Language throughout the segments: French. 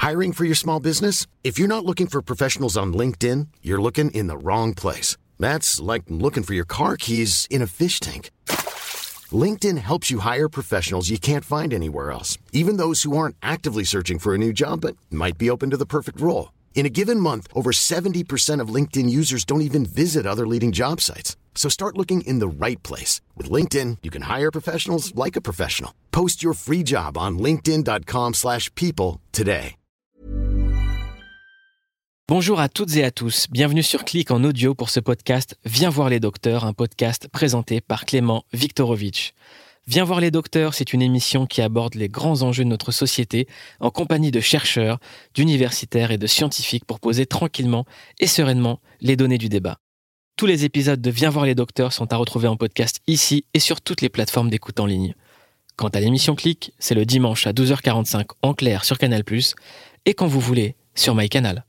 Hiring for your small business? If you're not looking for professionals on LinkedIn, you're looking in the wrong place. That's like looking for your car keys in a fish tank. LinkedIn helps you hire professionals you can't find anywhere else, even those who aren't actively searching for a new job but might be open to the perfect role. In a given month, over 70% of LinkedIn users don't even visit other leading job sites. So start looking in the right place. With LinkedIn, you can hire professionals like a professional. Post your free job on linkedin.com/people today. Bonjour à toutes et à tous, bienvenue sur Click en audio pour ce podcast Viens voir les docteurs, un podcast présenté par Clément Viktorovitch. Viens voir les docteurs, c'est une émission qui aborde les grands enjeux de notre société en compagnie de chercheurs, d'universitaires et de scientifiques pour poser tranquillement et sereinement les données du débat. Tous les épisodes de Viens voir les docteurs sont à retrouver en podcast ici et sur toutes les plateformes d'écoute en ligne. Quant à l'émission Click, c'est le dimanche à 12h45 en clair sur Canal+, et quand vous voulez, sur MyCanal.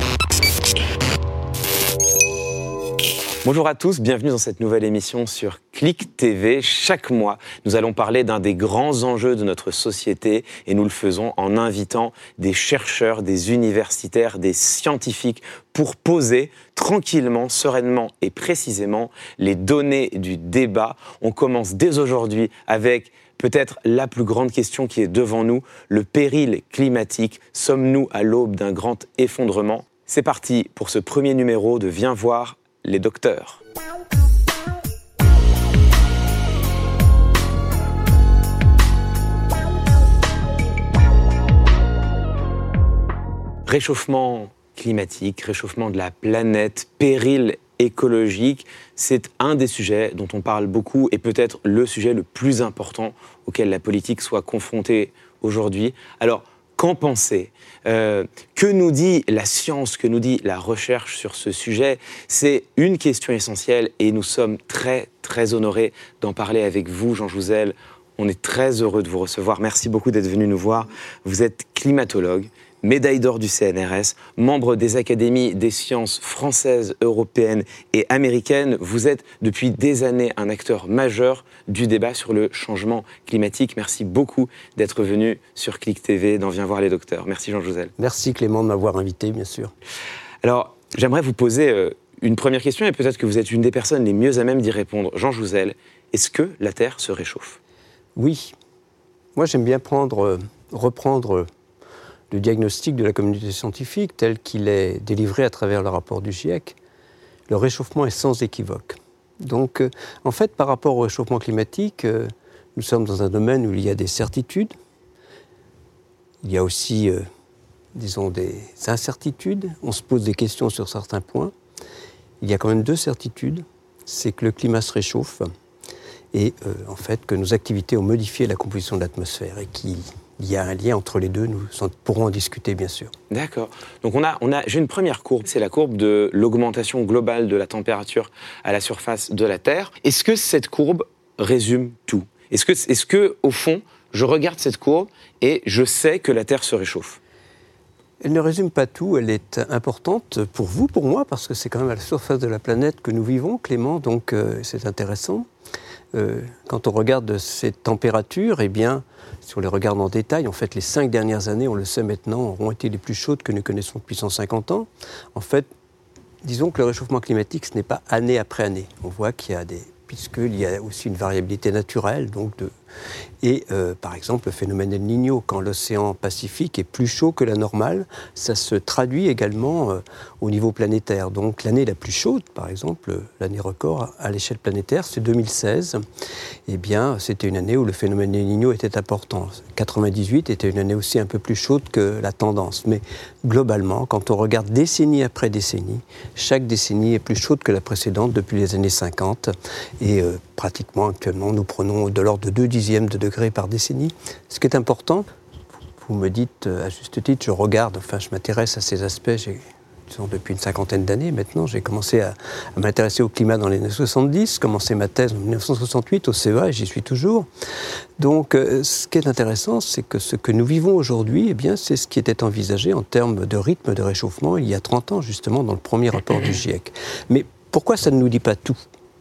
Bonjour à tous, bienvenue dans cette nouvelle émission sur Click TV. Chaque mois, nous allons parler d'un des grands enjeux de notre société et nous le faisons en invitant des chercheurs, des universitaires, des scientifiques pour poser tranquillement, sereinement et précisément les données du débat. On commence dès aujourd'hui avec peut-être la plus grande question qui est devant nous, le péril climatique. Sommes-nous à l'aube d'un grand effondrement ? C'est parti pour ce premier numéro de Viens voir les docteurs. Réchauffement climatique, réchauffement de la planète, péril écologique, c'est un des sujets dont on parle beaucoup et peut-être le sujet le plus important auquel la politique soit confrontée aujourd'hui. Alors, qu'en penser ? Que nous dit la science, que nous dit la recherche sur ce sujet ? C'est une question essentielle et nous sommes très, très honorés d'en parler avec vous, Jean Jouzel. On est très heureux de vous recevoir. Merci beaucoup d'être venu nous voir. Vous êtes climatologue, médaille d'or du CNRS, membre des académies des sciences françaises, européennes et américaines. Vous êtes depuis des années un acteur majeur du débat sur le changement climatique. Merci beaucoup d'être venu sur Click TV dans Viens voir les docteurs. Merci Jean Jouzel. Merci Clément de m'avoir invité, bien sûr. Alors, j'aimerais vous poser une première question et peut-être que vous êtes une des personnes les mieux à même d'y répondre. Jean Jouzel, est-ce que la Terre se réchauffe ? Oui. Moi, j'aime bien reprendre le diagnostic de la communauté scientifique tel qu'il est délivré à travers le rapport du GIEC. Le réchauffement est sans équivoque. Donc, en fait, par rapport au réchauffement climatique, nous sommes dans un domaine où il y a des certitudes. Il y a aussi, des incertitudes. On se pose des questions sur certains points. Il y a quand même deux certitudes. C'est que le climat se réchauffe et, en fait, que nos activités ont modifié la composition de l'atmosphère et qu'il y a un lien entre les deux. Nous pourrons en discuter, bien sûr. D'accord. Donc j'ai une première courbe, c'est la courbe de l'augmentation globale de la température à la surface de la Terre. Est-ce que cette courbe résume tout ? Est-ce que, au fond, je regarde cette courbe et je sais que la Terre se réchauffe ? Elle ne résume pas tout, elle est importante pour vous, pour moi, parce que c'est quand même à la surface de la planète que nous vivons, Clément, donc c'est intéressant. Quand on regarde ces températures, eh bien, si on les regarde en détail, en fait, les 5 dernières années, on le sait maintenant, auront été les plus chaudes que nous connaissons depuis 150 ans. En fait, disons que le réchauffement climatique, ce n'est pas année après année. On voit qu'il y a puisqu'il y a aussi une variabilité naturelle, par exemple, le phénomène El Niño, quand l'océan Pacifique est plus chaud que la normale, ça se traduit également au niveau planétaire. Donc l'année la plus chaude, par exemple, l'année record à l'échelle planétaire, c'est 2016. Eh bien, c'était une année où le phénomène El Niño était important. 98 était une année aussi un peu plus chaude que la tendance. Mais globalement, quand on regarde décennie après décennie, chaque décennie est plus chaude que la précédente depuis les années 50. Et pratiquement, actuellement, nous prenons de l'ordre de 0,2 degrés par décennie. Ce qui est important, vous me dites, à juste titre, je m'intéresse à ces aspects, depuis une 50aine d'années maintenant. J'ai commencé à m'intéresser au climat dans les années 70, commencé ma thèse en 1968 au CEA et j'y suis toujours. Donc, ce qui est intéressant, c'est que ce que nous vivons aujourd'hui, eh bien, c'est ce qui était envisagé en termes de rythme de réchauffement il y a 30 ans, justement, dans le premier rapport du GIEC. Mais pourquoi ça ne nous dit pas tout ?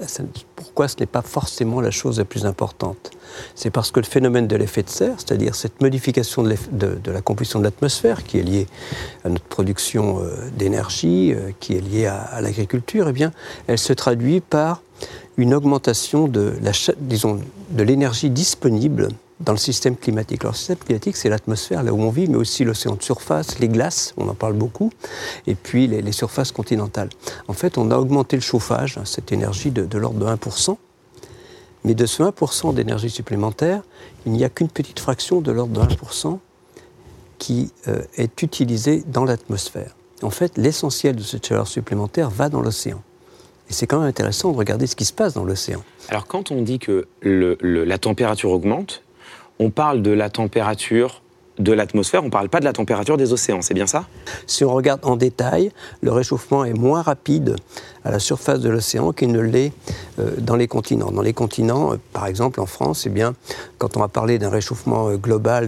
Pourquoi ce n'est pas forcément la chose la plus importante ? C'est parce que le phénomène de l'effet de serre, c'est-à-dire cette modification de la composition de l'atmosphère qui est liée à notre production d'énergie, qui est liée à l'agriculture, eh bien, elle se traduit par une augmentation de l'énergie disponible dans le système climatique. Alors, le système climatique, c'est l'atmosphère, là où on vit, mais aussi l'océan de surface, les glaces, on en parle beaucoup, et puis les surfaces continentales. En fait, on a augmenté le chauffage, cette énergie de l'ordre de 1%, mais de ce 1% d'énergie supplémentaire, il n'y a qu'une petite fraction de l'ordre de 1% qui est utilisée dans l'atmosphère. En fait, l'essentiel de cette chaleur supplémentaire va dans l'océan. Et c'est quand même intéressant de regarder ce qui se passe dans l'océan. Alors, quand on dit que la température augmente, on parle de la température de l'atmosphère, on ne parle pas de la température des océans, c'est bien ça ? Si on regarde en détail, le réchauffement est moins rapide à la surface de l'océan qu'il ne l'est dans les continents. Dans les continents, par exemple en France, eh bien, quand on va parler d'un réchauffement global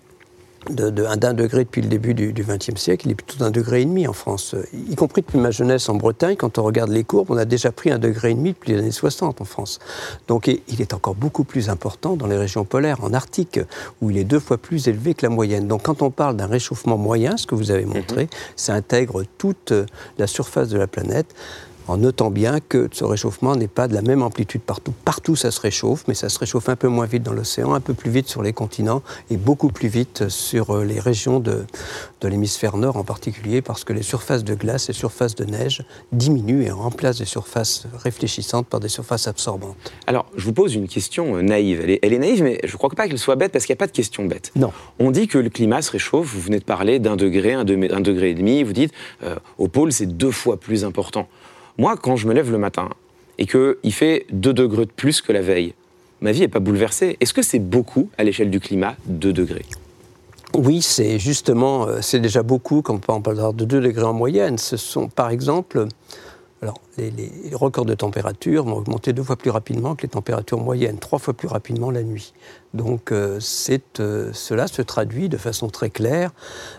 d'un degré depuis le début du XXe siècle, il est plutôt d'1,5 degré en France. Y compris depuis ma jeunesse en Bretagne, quand on regarde les courbes, on a déjà pris 1,5 degré depuis les années 60 en France. Donc il est encore beaucoup plus important dans les régions polaires, en Arctique, où il est 2 fois plus élevé que la moyenne. Donc quand on parle d'un réchauffement moyen, ce que vous avez montré, ça intègre toute la surface de la planète, en notant bien que ce réchauffement n'est pas de la même amplitude partout. Partout, ça se réchauffe, mais ça se réchauffe un peu moins vite dans l'océan, un peu plus vite sur les continents et beaucoup plus vite sur les régions de l'hémisphère nord en particulier, parce que les surfaces de glace, les surfaces de neige diminuent et remplacent des surfaces réfléchissantes par des surfaces absorbantes. Alors, je vous pose une question naïve. Elle est naïve, mais je ne crois pas qu'elle soit bête, parce qu'il n'y a pas de question bête. Non. On dit que le climat se réchauffe, vous venez de parler d'1 degré, 1,5 degré, vous dites au pôle, c'est 2 fois plus important. Moi, quand je me lève le matin et qu'il fait 2 degrés de plus que la veille, ma vie n'est pas bouleversée. Est-ce que c'est beaucoup à l'échelle du climat, 2 degrés ? Oui, c'est justement, c'est déjà beaucoup quand on parle de 2 degrés en moyenne. Ce sont, par exemple, alors, les records de température vont augmenter 2 fois plus rapidement que les températures moyennes, 3 fois plus rapidement la nuit. Donc, cela se traduit de façon très claire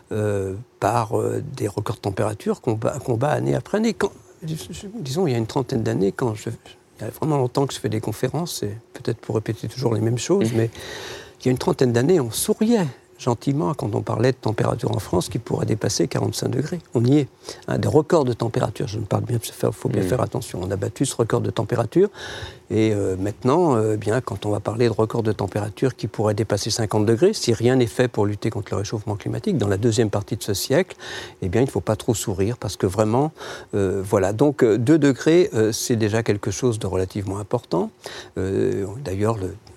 par des records de température qu'on bat année après année. Disons, il y a une trentaine d'années, il y a vraiment longtemps que je fais des conférences, et peut-être pour répéter toujours les mêmes choses, mais il y a une trentaine d'années, on souriait gentiment quand on parlait de température en France qui pourrait dépasser 45 degrés. On y est. Des records de température, je ne parle bien, il faut bien faire attention. On a battu ce record de température et maintenant, bien, quand on va parler de records de température qui pourraient dépasser 50 degrés, si rien n'est fait pour lutter contre le réchauffement climatique, dans la deuxième partie de ce siècle, eh bien, il ne faut pas trop sourire parce que vraiment, voilà. Donc, 2 degrés, c'est déjà quelque chose de relativement important. D'ailleurs,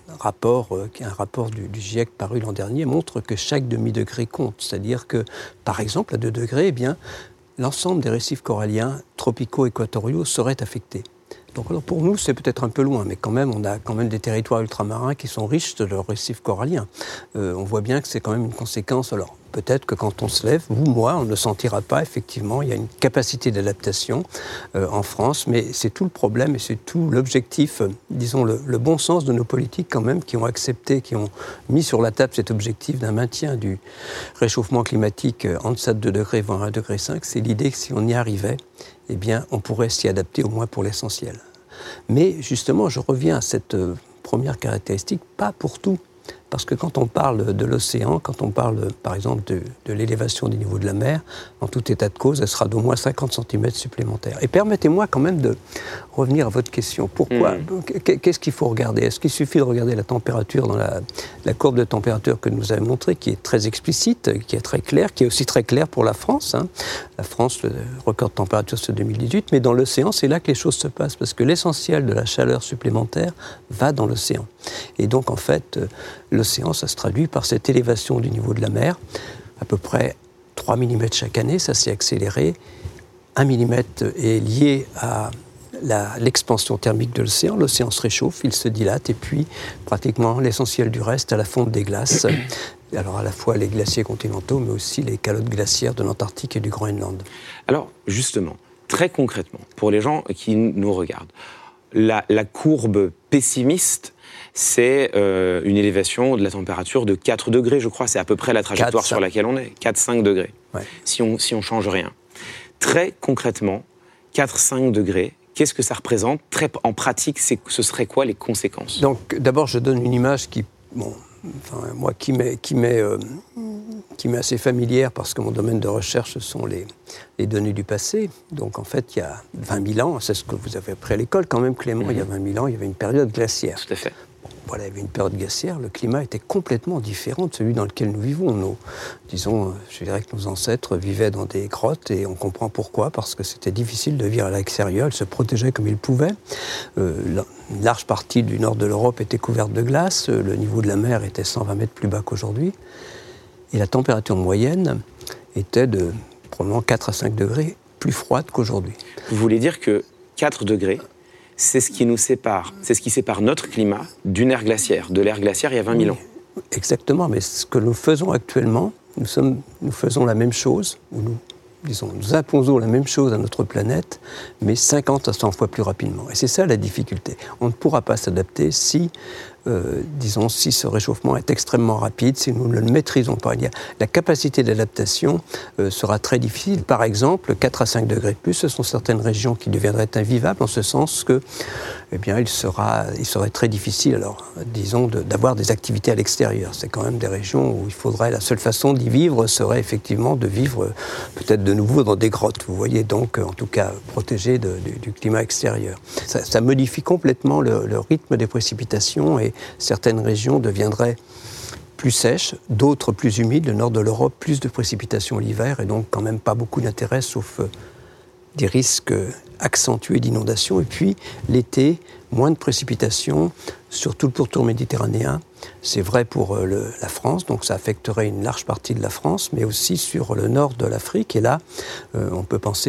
un rapport du GIEC paru l'an dernier montre que chaque demi-degré compte. C'est-à-dire que, par exemple, à 2 degrés, eh bien, l'ensemble des récifs coralliens tropicaux équatoriaux seraient affectés. Donc alors pour nous, c'est peut-être un peu loin, mais quand même, on a quand même des territoires ultramarins qui sont riches de leurs récifs coralliens. On voit bien que c'est quand même une conséquence. Alors peut-être que quand on se lève, vous, moi, on ne le sentira pas, effectivement. Il y a une capacité d'adaptation en France, mais c'est tout le problème et c'est tout l'objectif, disons le bon sens de nos politiques quand même, qui ont accepté, qui ont mis sur la table cet objectif d'un maintien du réchauffement climatique en deçà de 2 degrés, voire 1,5 degré. C'est l'idée que si on y arrivait, eh bien, on pourrait s'y adapter au moins pour l'essentiel. Mais justement, je reviens à cette première caractéristique, pas pour tout. Parce que quand on parle de l'océan, quand on parle par exemple de l'élévation du niveau de la mer, en tout état de cause, elle sera d'au moins 50 cm supplémentaires. Et permettez-moi quand même de revenir à votre question. Pourquoi ? Qu'est-ce qu'il faut regarder ? Est-ce qu'il suffit de regarder la température dans la courbe de température que nous avons montrée, qui est très explicite, qui est très claire, qui est aussi très claire pour la France. La France, le record de température, c'est 2018, mais dans l'océan, c'est là que les choses se passent, parce que l'essentiel de la chaleur supplémentaire va dans l'océan. Et donc, en fait, l'océan, ça se traduit par cette élévation du niveau de la mer, à peu près 3 mm chaque année, ça s'est accéléré. 1 mm est lié à l'expansion thermique de l'océan. L'océan se réchauffe, il se dilate, et puis pratiquement l'essentiel du reste à la fonte des glaces. Alors à la fois les glaciers continentaux, mais aussi les calottes glaciaires de l'Antarctique et du Groenland. Alors justement, très concrètement, pour les gens qui nous regardent, la courbe pessimiste, c'est une élévation de la température de 4 degrés, je crois. C'est à peu près la trajectoire sur laquelle on est. 4-5 degrés, ouais. Si on change rien. Très concrètement, 4-5 degrés, Qu'est-ce que ça représente en pratique, ce serait quoi les conséquences? Donc d'abord, je donne une image qui m'est assez familière parce que mon domaine de recherche, ce sont les données du passé. Donc en fait, il y a 20 000 ans, c'est ce que vous avez appris à l'école quand même, Clément, il y a 20 000 ans, il y avait une période glaciaire. Tout à fait. Voilà, il y avait une période glaciaire, le climat était complètement différent de celui dans lequel nous vivons. Je dirais que nos ancêtres vivaient dans des grottes et on comprend pourquoi, parce que c'était difficile de vivre à l'extérieur, ils se protégeaient comme ils pouvaient. Une large partie du nord de l'Europe était couverte de glace, le niveau de la mer était 120 mètres plus bas qu'aujourd'hui, et la température moyenne était de probablement 4 à 5 degrés plus froide qu'aujourd'hui. Vous voulez dire que 4 degrés, c'est ce qui nous sépare, c'est ce qui sépare notre climat d'une ère glaciaire, de l'ère glaciaire il y a 20 000 ans. Exactement, mais ce que nous faisons actuellement, nous faisons la même chose, ou nous imposons la même chose à notre planète, mais 50 à 100 fois plus rapidement. Et c'est ça la difficulté. On ne pourra pas s'adapter si ce réchauffement est extrêmement rapide, si nous ne le maîtrisons pas. La capacité d'adaptation sera très difficile. Par exemple, 4 à 5 degrés de plus, ce sont certaines régions qui deviendraient invivables, en ce sens que, il serait très difficile, d'avoir des activités à l'extérieur. C'est quand même des régions où la seule façon d'y vivre serait effectivement de vivre peut-être de nouveau dans des grottes. Vous voyez, donc, en tout cas, protégé du climat extérieur. Ça modifie complètement le rythme des précipitations et certaines régions deviendraient plus sèches, d'autres plus humides. Le nord de l'Europe, plus de précipitations l'hiver et donc quand même pas beaucoup d'intérêt, sauf des risques accentués d'inondations. Et puis l'été, moins de précipitations sur tout le pourtour méditerranéen. C'est vrai pour la France, donc ça affecterait une large partie de la France, mais aussi sur le nord de l'Afrique. Et là, on peut penser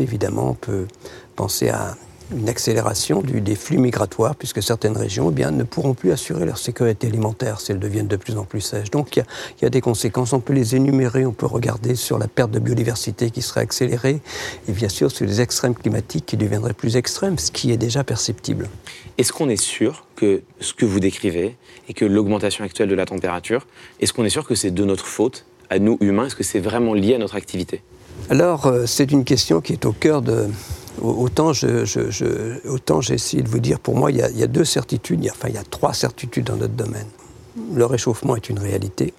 à une accélération des flux migratoires, puisque certaines régions ne pourront plus assurer leur sécurité alimentaire si elles deviennent de plus en plus sèches. Donc il y a des conséquences, on peut les énumérer, on peut regarder sur la perte de biodiversité qui serait accélérée, et bien sûr sur les extrêmes climatiques qui deviendraient plus extrêmes, ce qui est déjà perceptible. Est-ce qu'on est sûr que ce que vous décrivez, et que l'augmentation actuelle de la température, est-ce qu'on est sûr que c'est de notre faute, à nous humains? Est-ce que c'est vraiment lié à notre activité? Alors, c'est une question qui est au cœur de... Autant j'ai essayé de vous dire, pour moi, il y a deux certitudes, il y a trois certitudes dans notre domaine. Le réchauffement est une réalité.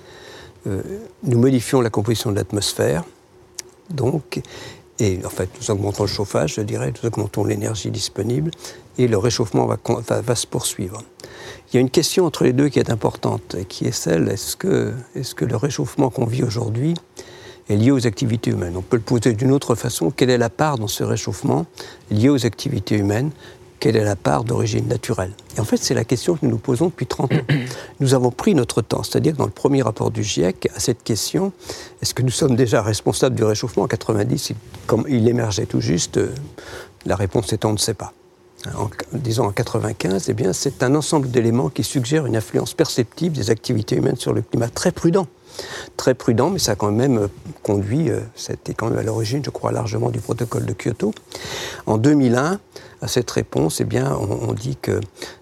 Nous modifions la composition de l'atmosphère, donc, et en fait, nous augmentons le chauffage, je dirais, nous augmentons l'énergie disponible, et le réchauffement va se poursuivre. Il y a une question entre les deux qui est importante, qui est celle, est-ce que le réchauffement qu'on vit aujourd'hui est lié aux activités humaines? On peut le poser d'une autre façon. Quelle est la part dans ce réchauffement liée aux activités humaines? Quelle est la part d'origine naturelle? Et en fait, c'est la question que nous nous posons depuis 30 ans. Nous avons pris notre temps, c'est-à-dire que dans le premier rapport du GIEC, à cette question, est-ce que nous sommes déjà responsables du réchauffement? En 90, comme il émergeait tout juste, la réponse est on ne sait pas. En 95, c'est un ensemble d'éléments qui suggèrent une influence perceptible des activités humaines sur le climat, très prudent, mais ça a quand même conduit, c'était quand même à l'origine, je crois, largement du protocole de Kyoto. En 2001, à cette réponse, on dit que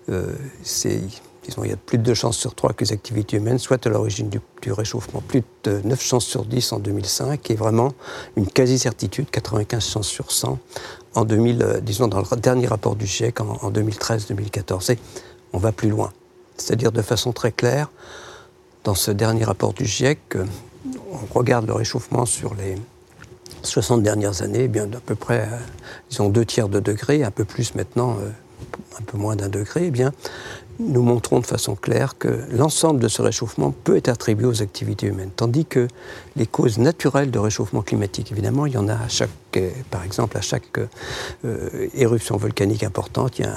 il y a plus de 2 chances sur 3 que les activités humaines soient à l'origine du réchauffement, plus de 9 chances sur 10 en 2005, et vraiment une quasi-certitude, 95 chances sur 100, dans le dernier rapport du GIEC en 2013-2014. On va plus loin. C'est-à-dire de façon très claire, dans ce dernier rapport du GIEC, on regarde le réchauffement sur les 60 dernières années, d'à peu près, 2/3 de degré, un peu plus maintenant, un peu moins d'1 degré, nous montrons de façon claire que l'ensemble de ce réchauffement peut être attribué aux activités humaines. Tandis que les causes naturelles de réchauffement climatique, évidemment, il y en a par exemple, à chaque éruption volcanique importante, il y a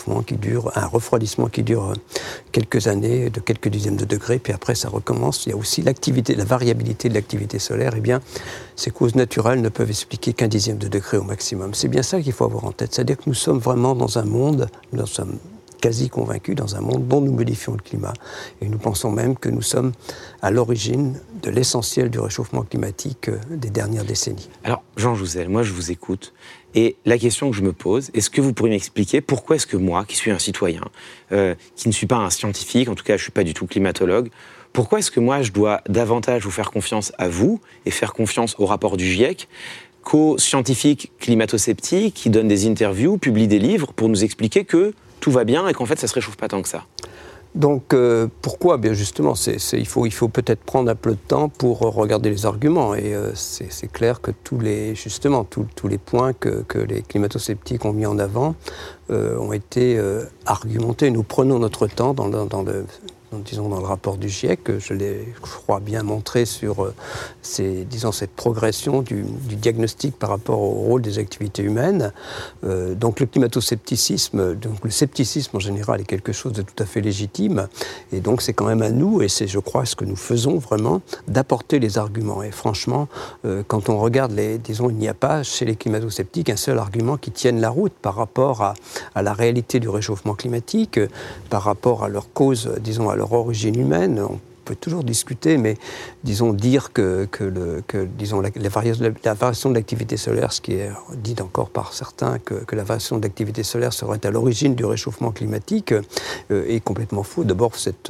un refroidissement qui dure quelques années, de quelques dizaines de degrés, puis après ça recommence. Il y a aussi la variabilité de l'activité solaire. Ces causes naturelles ne peuvent expliquer qu'1 dixième de degré au maximum. C'est bien ça qu'il faut avoir en tête. C'est-à-dire que nous sommes vraiment dans un monde, nous sommes quasi convaincus dans un monde dont nous modifions le climat. Et nous pensons même que nous sommes à l'origine de l'essentiel du réchauffement climatique des dernières décennies. Alors, Jean Jouzel, moi je vous écoute, et la question que je me pose, est-ce que vous pourriez m'expliquer pourquoi est-ce que moi, qui suis un citoyen, qui ne suis pas un scientifique, en tout cas je ne suis pas du tout climatologue, pourquoi est-ce que moi je dois davantage vous faire confiance à vous et faire confiance au rapport du GIEC éco-scientifiques climato-sceptiques qui donnent des interviews, publient des livres pour nous expliquer que tout va bien et qu'en fait ça ne se réchauffe pas tant que ça. Donc pourquoi ? Bien justement, il faut peut-être prendre un peu de temps pour regarder les arguments. Et c'est clair que tous les points que les climato-sceptiques ont mis en avant ont été argumentés. Nous prenons notre temps dans le rapport du GIEC, je l'ai, je crois, bien montré sur cette progression du diagnostic par rapport au rôle des activités humaines. Donc le climato-scepticisme, donc le scepticisme en général est quelque chose de tout à fait légitime. Et donc c'est quand même à nous, et c'est, je crois, ce que nous faisons vraiment, d'apporter les arguments. Et franchement, quand on regarde il n'y a pas chez les climato-sceptiques un seul argument qui tienne la route par rapport à la réalité du réchauffement climatique, par rapport à leur cause, à leur origine humaine. On peut toujours discuter, mais dire que la variation de l'activité solaire, ce qui est dit encore par certains, que la variation de l'activité solaire serait à l'origine du réchauffement climatique, est complètement faux. D'abord, cette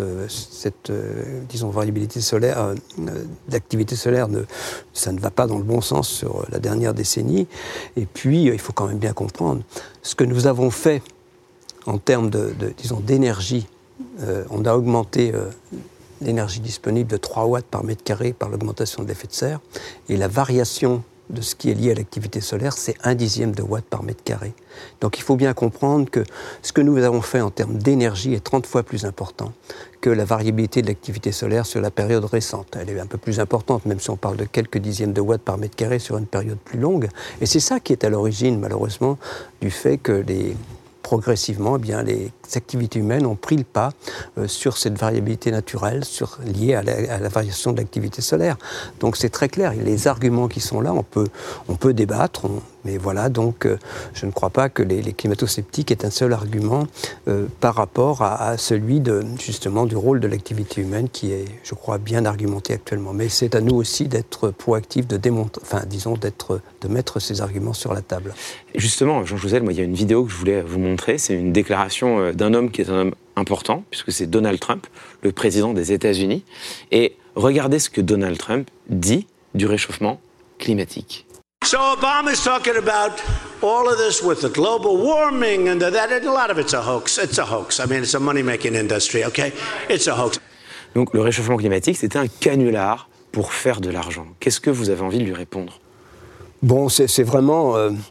variabilité solaire, d'activité solaire, ça ne va pas dans le bon sens sur la dernière décennie. Et puis, il faut quand même bien comprendre ce que nous avons fait en termes d'énergie. On a augmenté l'énergie disponible de 3 watts par mètre carré par l'augmentation de l'effet de serre. Et la variation de ce qui est lié à l'activité solaire, c'est 1/10 de watt par mètre carré. Donc il faut bien comprendre que ce que nous avons fait en termes d'énergie est 30 fois plus important que la variabilité de l'activité solaire sur la période récente. Elle est un peu plus importante, même si on parle de quelques dixièmes de watts par mètre carré sur une période plus longue. Et c'est ça qui est à l'origine, malheureusement, du fait que progressivement, les activités humaines ont pris le pas sur cette variabilité naturelle liée à la variation de l'activité solaire. Donc c'est très clair, les arguments qui sont là, on peut débattre, mais voilà, donc je ne crois pas que les climato-sceptiques aient un seul argument par rapport à celui justement du rôle de l'activité humaine qui est, je crois, bien argumenté actuellement. Mais c'est à nous aussi d'être proactifs, de mettre ces arguments sur la table. Justement, Jean Jouzel, il y a une vidéo que je voulais vous montrer, c'est une déclaration d'un homme qui est un homme important, puisque c'est Donald Trump, le président des États-Unis. Et regardez ce que Donald Trump dit du réchauffement climatique. So Obama's talking about all of this with the global warming and that, and a lot of it's a hoax. It's a hoax. I mean, it's a money-making industry, okay? It's a hoax. Donc le réchauffement climatique, c'était un canular pour faire de l'argent. Qu'est-ce que vous avez envie de lui répondre ? Bon, c'est vraiment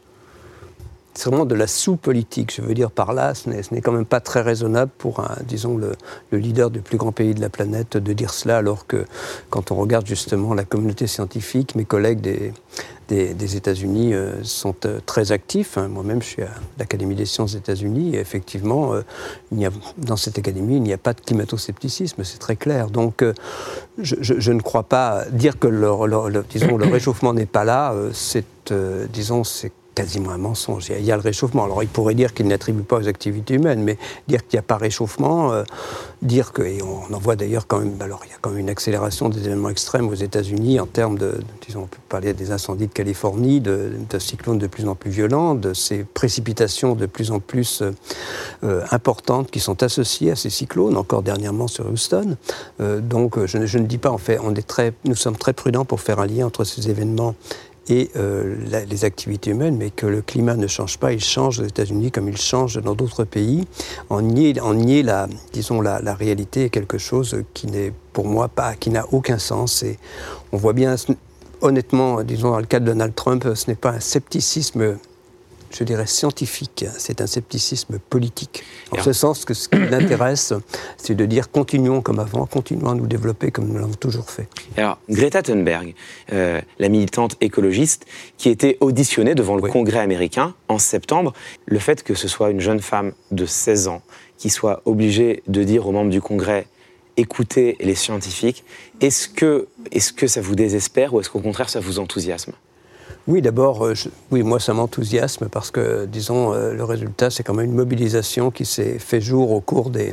de la sous-politique. Je veux dire par là, ce n'est quand même pas très raisonnable pour le leader du plus grand pays de la planète de dire cela, alors que quand on regarde justement la communauté scientifique, mes collègues des États-Unis sont très actifs. Moi-même, je suis à l'Académie des sciences des États-Unis et effectivement, dans cette académie, il n'y a pas de climato-scepticisme, c'est très clair. Donc, je ne crois pas dire que le réchauffement n'est pas là, c'est quasiment un mensonge. Il y a le réchauffement. Alors, il pourrait dire qu'il n'attribue pas aux activités humaines, mais dire qu'il n'y a pas réchauffement, et on en voit d'ailleurs quand même, alors il y a quand même une accélération des événements extrêmes aux États-Unis en termes on peut parler des incendies de Californie, de cyclones de plus en plus violents, de ces précipitations de plus en plus importantes qui sont associées à ces cyclones, encore dernièrement sur Houston. Donc, je ne dis pas, en fait, nous sommes très prudents pour faire un lien entre ces événements et les activités humaines, mais que le climat ne change pas, il change aux États-Unis comme il change dans d'autres pays. En nier la réalité est quelque chose qui n'est, pour moi, qui n'a aucun sens. Et on voit bien, honnêtement, dans le cas de Donald Trump, ce n'est pas un scepticisme, je dirais, scientifique, c'est un scepticisme politique. En ce sens que ce qui l'intéresse, c'est de dire continuons comme avant, continuons à nous développer comme nous l'avons toujours fait. Alors, Greta Thunberg, la militante écologiste, qui était auditionnée devant le Congrès américain en septembre, le fait que ce soit une jeune femme de 16 ans qui soit obligée de dire aux membres du Congrès « écoutez les scientifiques », est-ce que ça vous désespère ou est-ce qu'au contraire ça vous enthousiasme ? Oui, d'abord, moi ça m'enthousiasme parce que, le résultat, c'est quand même une mobilisation qui s'est fait jour au cours des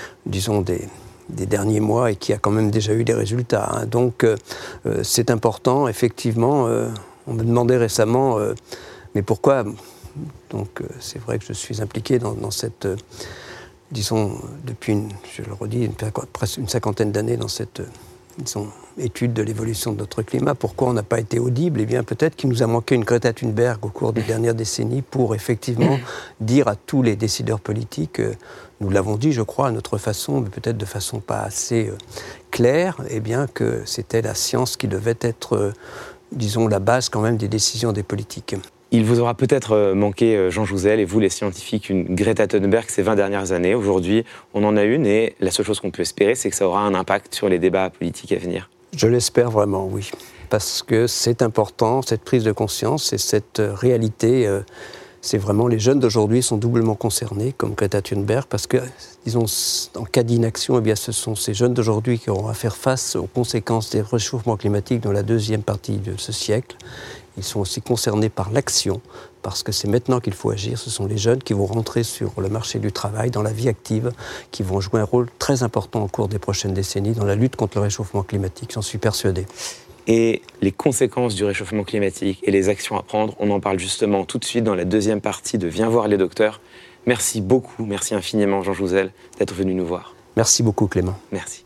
derniers mois et qui a quand même déjà eu des résultats. Donc, c'est important, effectivement. On me demandait récemment, mais pourquoi ? Donc, c'est vrai que je suis impliqué dans cette, depuis, je le redis, presque une cinquantaine d'années dans cette étude de l'évolution de notre climat. Pourquoi on n'a pas été audible ? Eh bien, peut-être qu'il nous a manqué une Greta Thunberg au cours des dernières décennies pour effectivement dire à tous les décideurs politiques, nous l'avons dit, je crois, à notre façon, mais peut-être de façon pas assez claire, eh bien, que c'était la science qui devait être, disons, la base quand même des décisions des politiques. Il vous aura peut-être manqué, Jean Jouzel, et vous, les scientifiques, une Greta Thunberg ces 20 dernières années. Aujourd'hui, on en a une, et la seule chose qu'on peut espérer, c'est que ça aura un impact sur les débats politiques à venir. Je l'espère vraiment, oui. Parce que c'est important, cette prise de conscience et cette réalité, c'est vraiment, les jeunes d'aujourd'hui sont doublement concernés, comme Greta Thunberg, parce que, disons, en cas d'inaction, eh bien, ce sont ces jeunes d'aujourd'hui qui auront à faire face aux conséquences des réchauffements climatiques dans la deuxième partie de ce siècle. Ils sont aussi concernés par l'action, parce que c'est maintenant qu'il faut agir. Ce sont les jeunes qui vont rentrer sur le marché du travail, dans la vie active, qui vont jouer un rôle très important au cours des prochaines décennies dans la lutte contre le réchauffement climatique, j'en suis persuadé. Et les conséquences du réchauffement climatique et les actions à prendre, on en parle justement tout de suite dans la deuxième partie de Viens voir les docteurs. Merci beaucoup, merci infiniment Jean Jouzel d'être venu nous voir. Merci beaucoup Clément. Merci.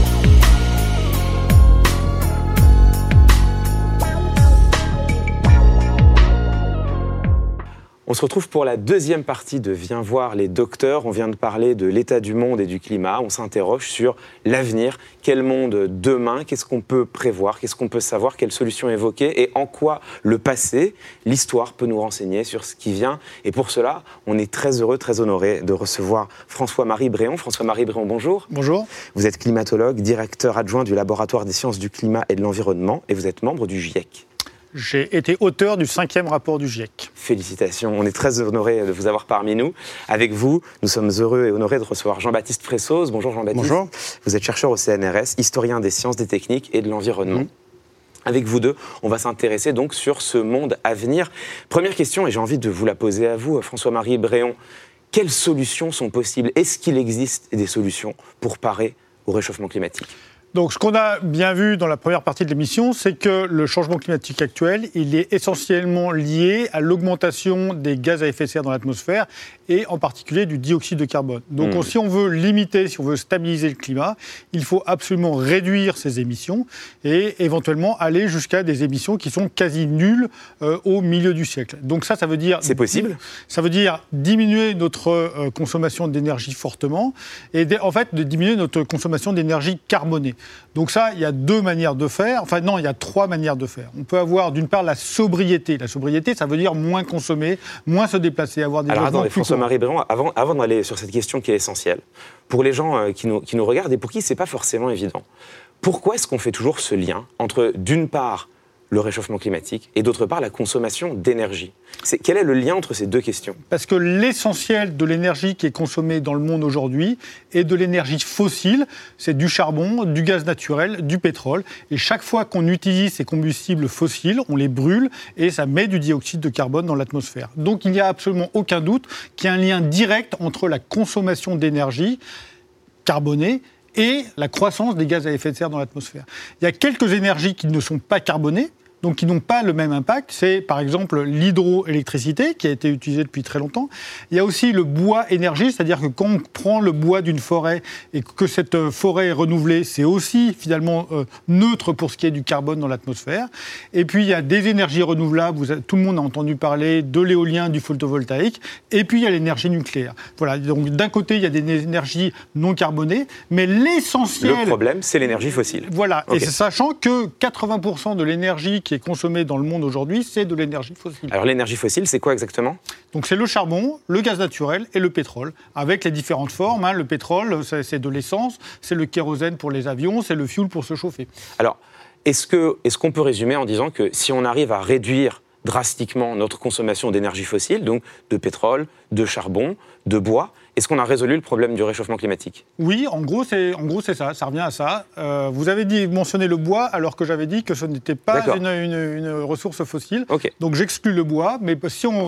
On se retrouve pour la deuxième partie de Viens voir les docteurs. On vient de parler de l'état du monde et du climat. On s'interroge sur l'avenir. Quel monde demain ? Qu'est-ce qu'on peut prévoir ? Qu'est-ce qu'on peut savoir ? Quelles solutions évoquer ? Et en quoi le passé, l'histoire peut nous renseigner sur ce qui vient ? Et pour cela, on est très heureux, très honoré de recevoir François-Marie Bréon. François-Marie Bréon, bonjour. Bonjour. Vous êtes climatologue, directeur adjoint du laboratoire des sciences du climat et de l'environnement et vous êtes membre du GIEC. J'ai été auteur du 5e rapport du GIEC. Félicitations, on est très honoré de vous avoir parmi nous. Avec vous, nous sommes heureux et honorés de recevoir Jean-Baptiste Fressoz. Bonjour Jean-Baptiste. Bonjour. Vous êtes chercheur au CNRS, historien des sciences, des techniques et de l'environnement. Avec vous deux, on va s'intéresser donc sur ce monde à venir. Première question, et j'ai envie de vous la poser à vous, François-Marie Bréon. Quelles solutions sont possibles ? Est-ce qu'il existe des solutions pour parer au réchauffement climatique ? Donc, ce qu'on a bien vu dans la première partie de l'émission, c'est que le changement climatique actuel, il est essentiellement lié à l'augmentation des gaz à effet de serre dans l'atmosphère et en particulier du dioxyde de carbone. Donc, si on veut limiter, si on veut stabiliser le climat, il faut absolument réduire ces émissions et éventuellement aller jusqu'à des émissions qui sont quasi nulles au milieu du siècle. Donc ça veut dire... C'est possible ? Ça veut dire diminuer notre consommation d'énergie fortement et en fait de diminuer notre consommation d'énergie carbonée. Donc ça, il y a deux manières de faire. Enfin non, il y a trois manières de faire. On peut avoir d'une part la sobriété. La sobriété, ça veut dire moins consommer, moins se déplacer, avoir des logements plus courts. Alors attendez, François-Marie Bréon, avant d'aller sur cette question qui est essentielle, pour les gens qui nous regardent et pour qui c'est pas forcément évident, pourquoi est-ce qu'on fait toujours ce lien entre, d'une part, le réchauffement climatique et d'autre part la consommation d'énergie ? Quel est le lien entre ces deux questions ? Parce que l'essentiel de l'énergie qui est consommée dans le monde aujourd'hui est de l'énergie fossile, c'est du charbon, du gaz naturel, du pétrole. Et chaque fois qu'on utilise ces combustibles fossiles, on les brûle et ça met du dioxyde de carbone dans l'atmosphère. Donc il n'y a absolument aucun doute qu'il y a un lien direct entre la consommation d'énergie carbonée et la croissance des gaz à effet de serre dans l'atmosphère. Il y a quelques énergies qui ne sont pas carbonées, donc qui n'ont pas le même impact. C'est par exemple l'hydroélectricité qui a été utilisée depuis très longtemps. Il y a aussi le bois énergie, c'est-à-dire que quand on prend le bois d'une forêt et que cette forêt est renouvelée, c'est aussi finalement neutre pour ce qui est du carbone dans l'atmosphère. Et puis il y a des énergies renouvelables, tout le monde a entendu parler de l'éolien, du photovoltaïque, et puis il y a l'énergie nucléaire. Voilà, donc d'un côté il y a des énergies non carbonées, mais l'essentiel... Le problème, c'est l'énergie fossile. Voilà, okay. Et sachant que 80% de l'énergie qui est consommée dans le monde aujourd'hui, c'est de l'énergie fossile. Alors l'énergie fossile, c'est quoi exactement ? Donc c'est le charbon, le gaz naturel et le pétrole, avec les différentes formes. Le pétrole, c'est de l'essence, c'est le kérosène pour les avions, c'est le fioul pour se chauffer. Alors, est-ce qu'on peut résumer en disant que si on arrive à réduire drastiquement notre consommation d'énergie fossile, donc de pétrole, de charbon, de bois, est-ce qu'on a résolu le problème du réchauffement climatique ? Oui, en gros, c'est ça revient à ça. Vous avez mentionné le bois, alors que j'avais dit que ce n'était pas une ressource fossile. Okay. Donc j'exclus le bois, mais si on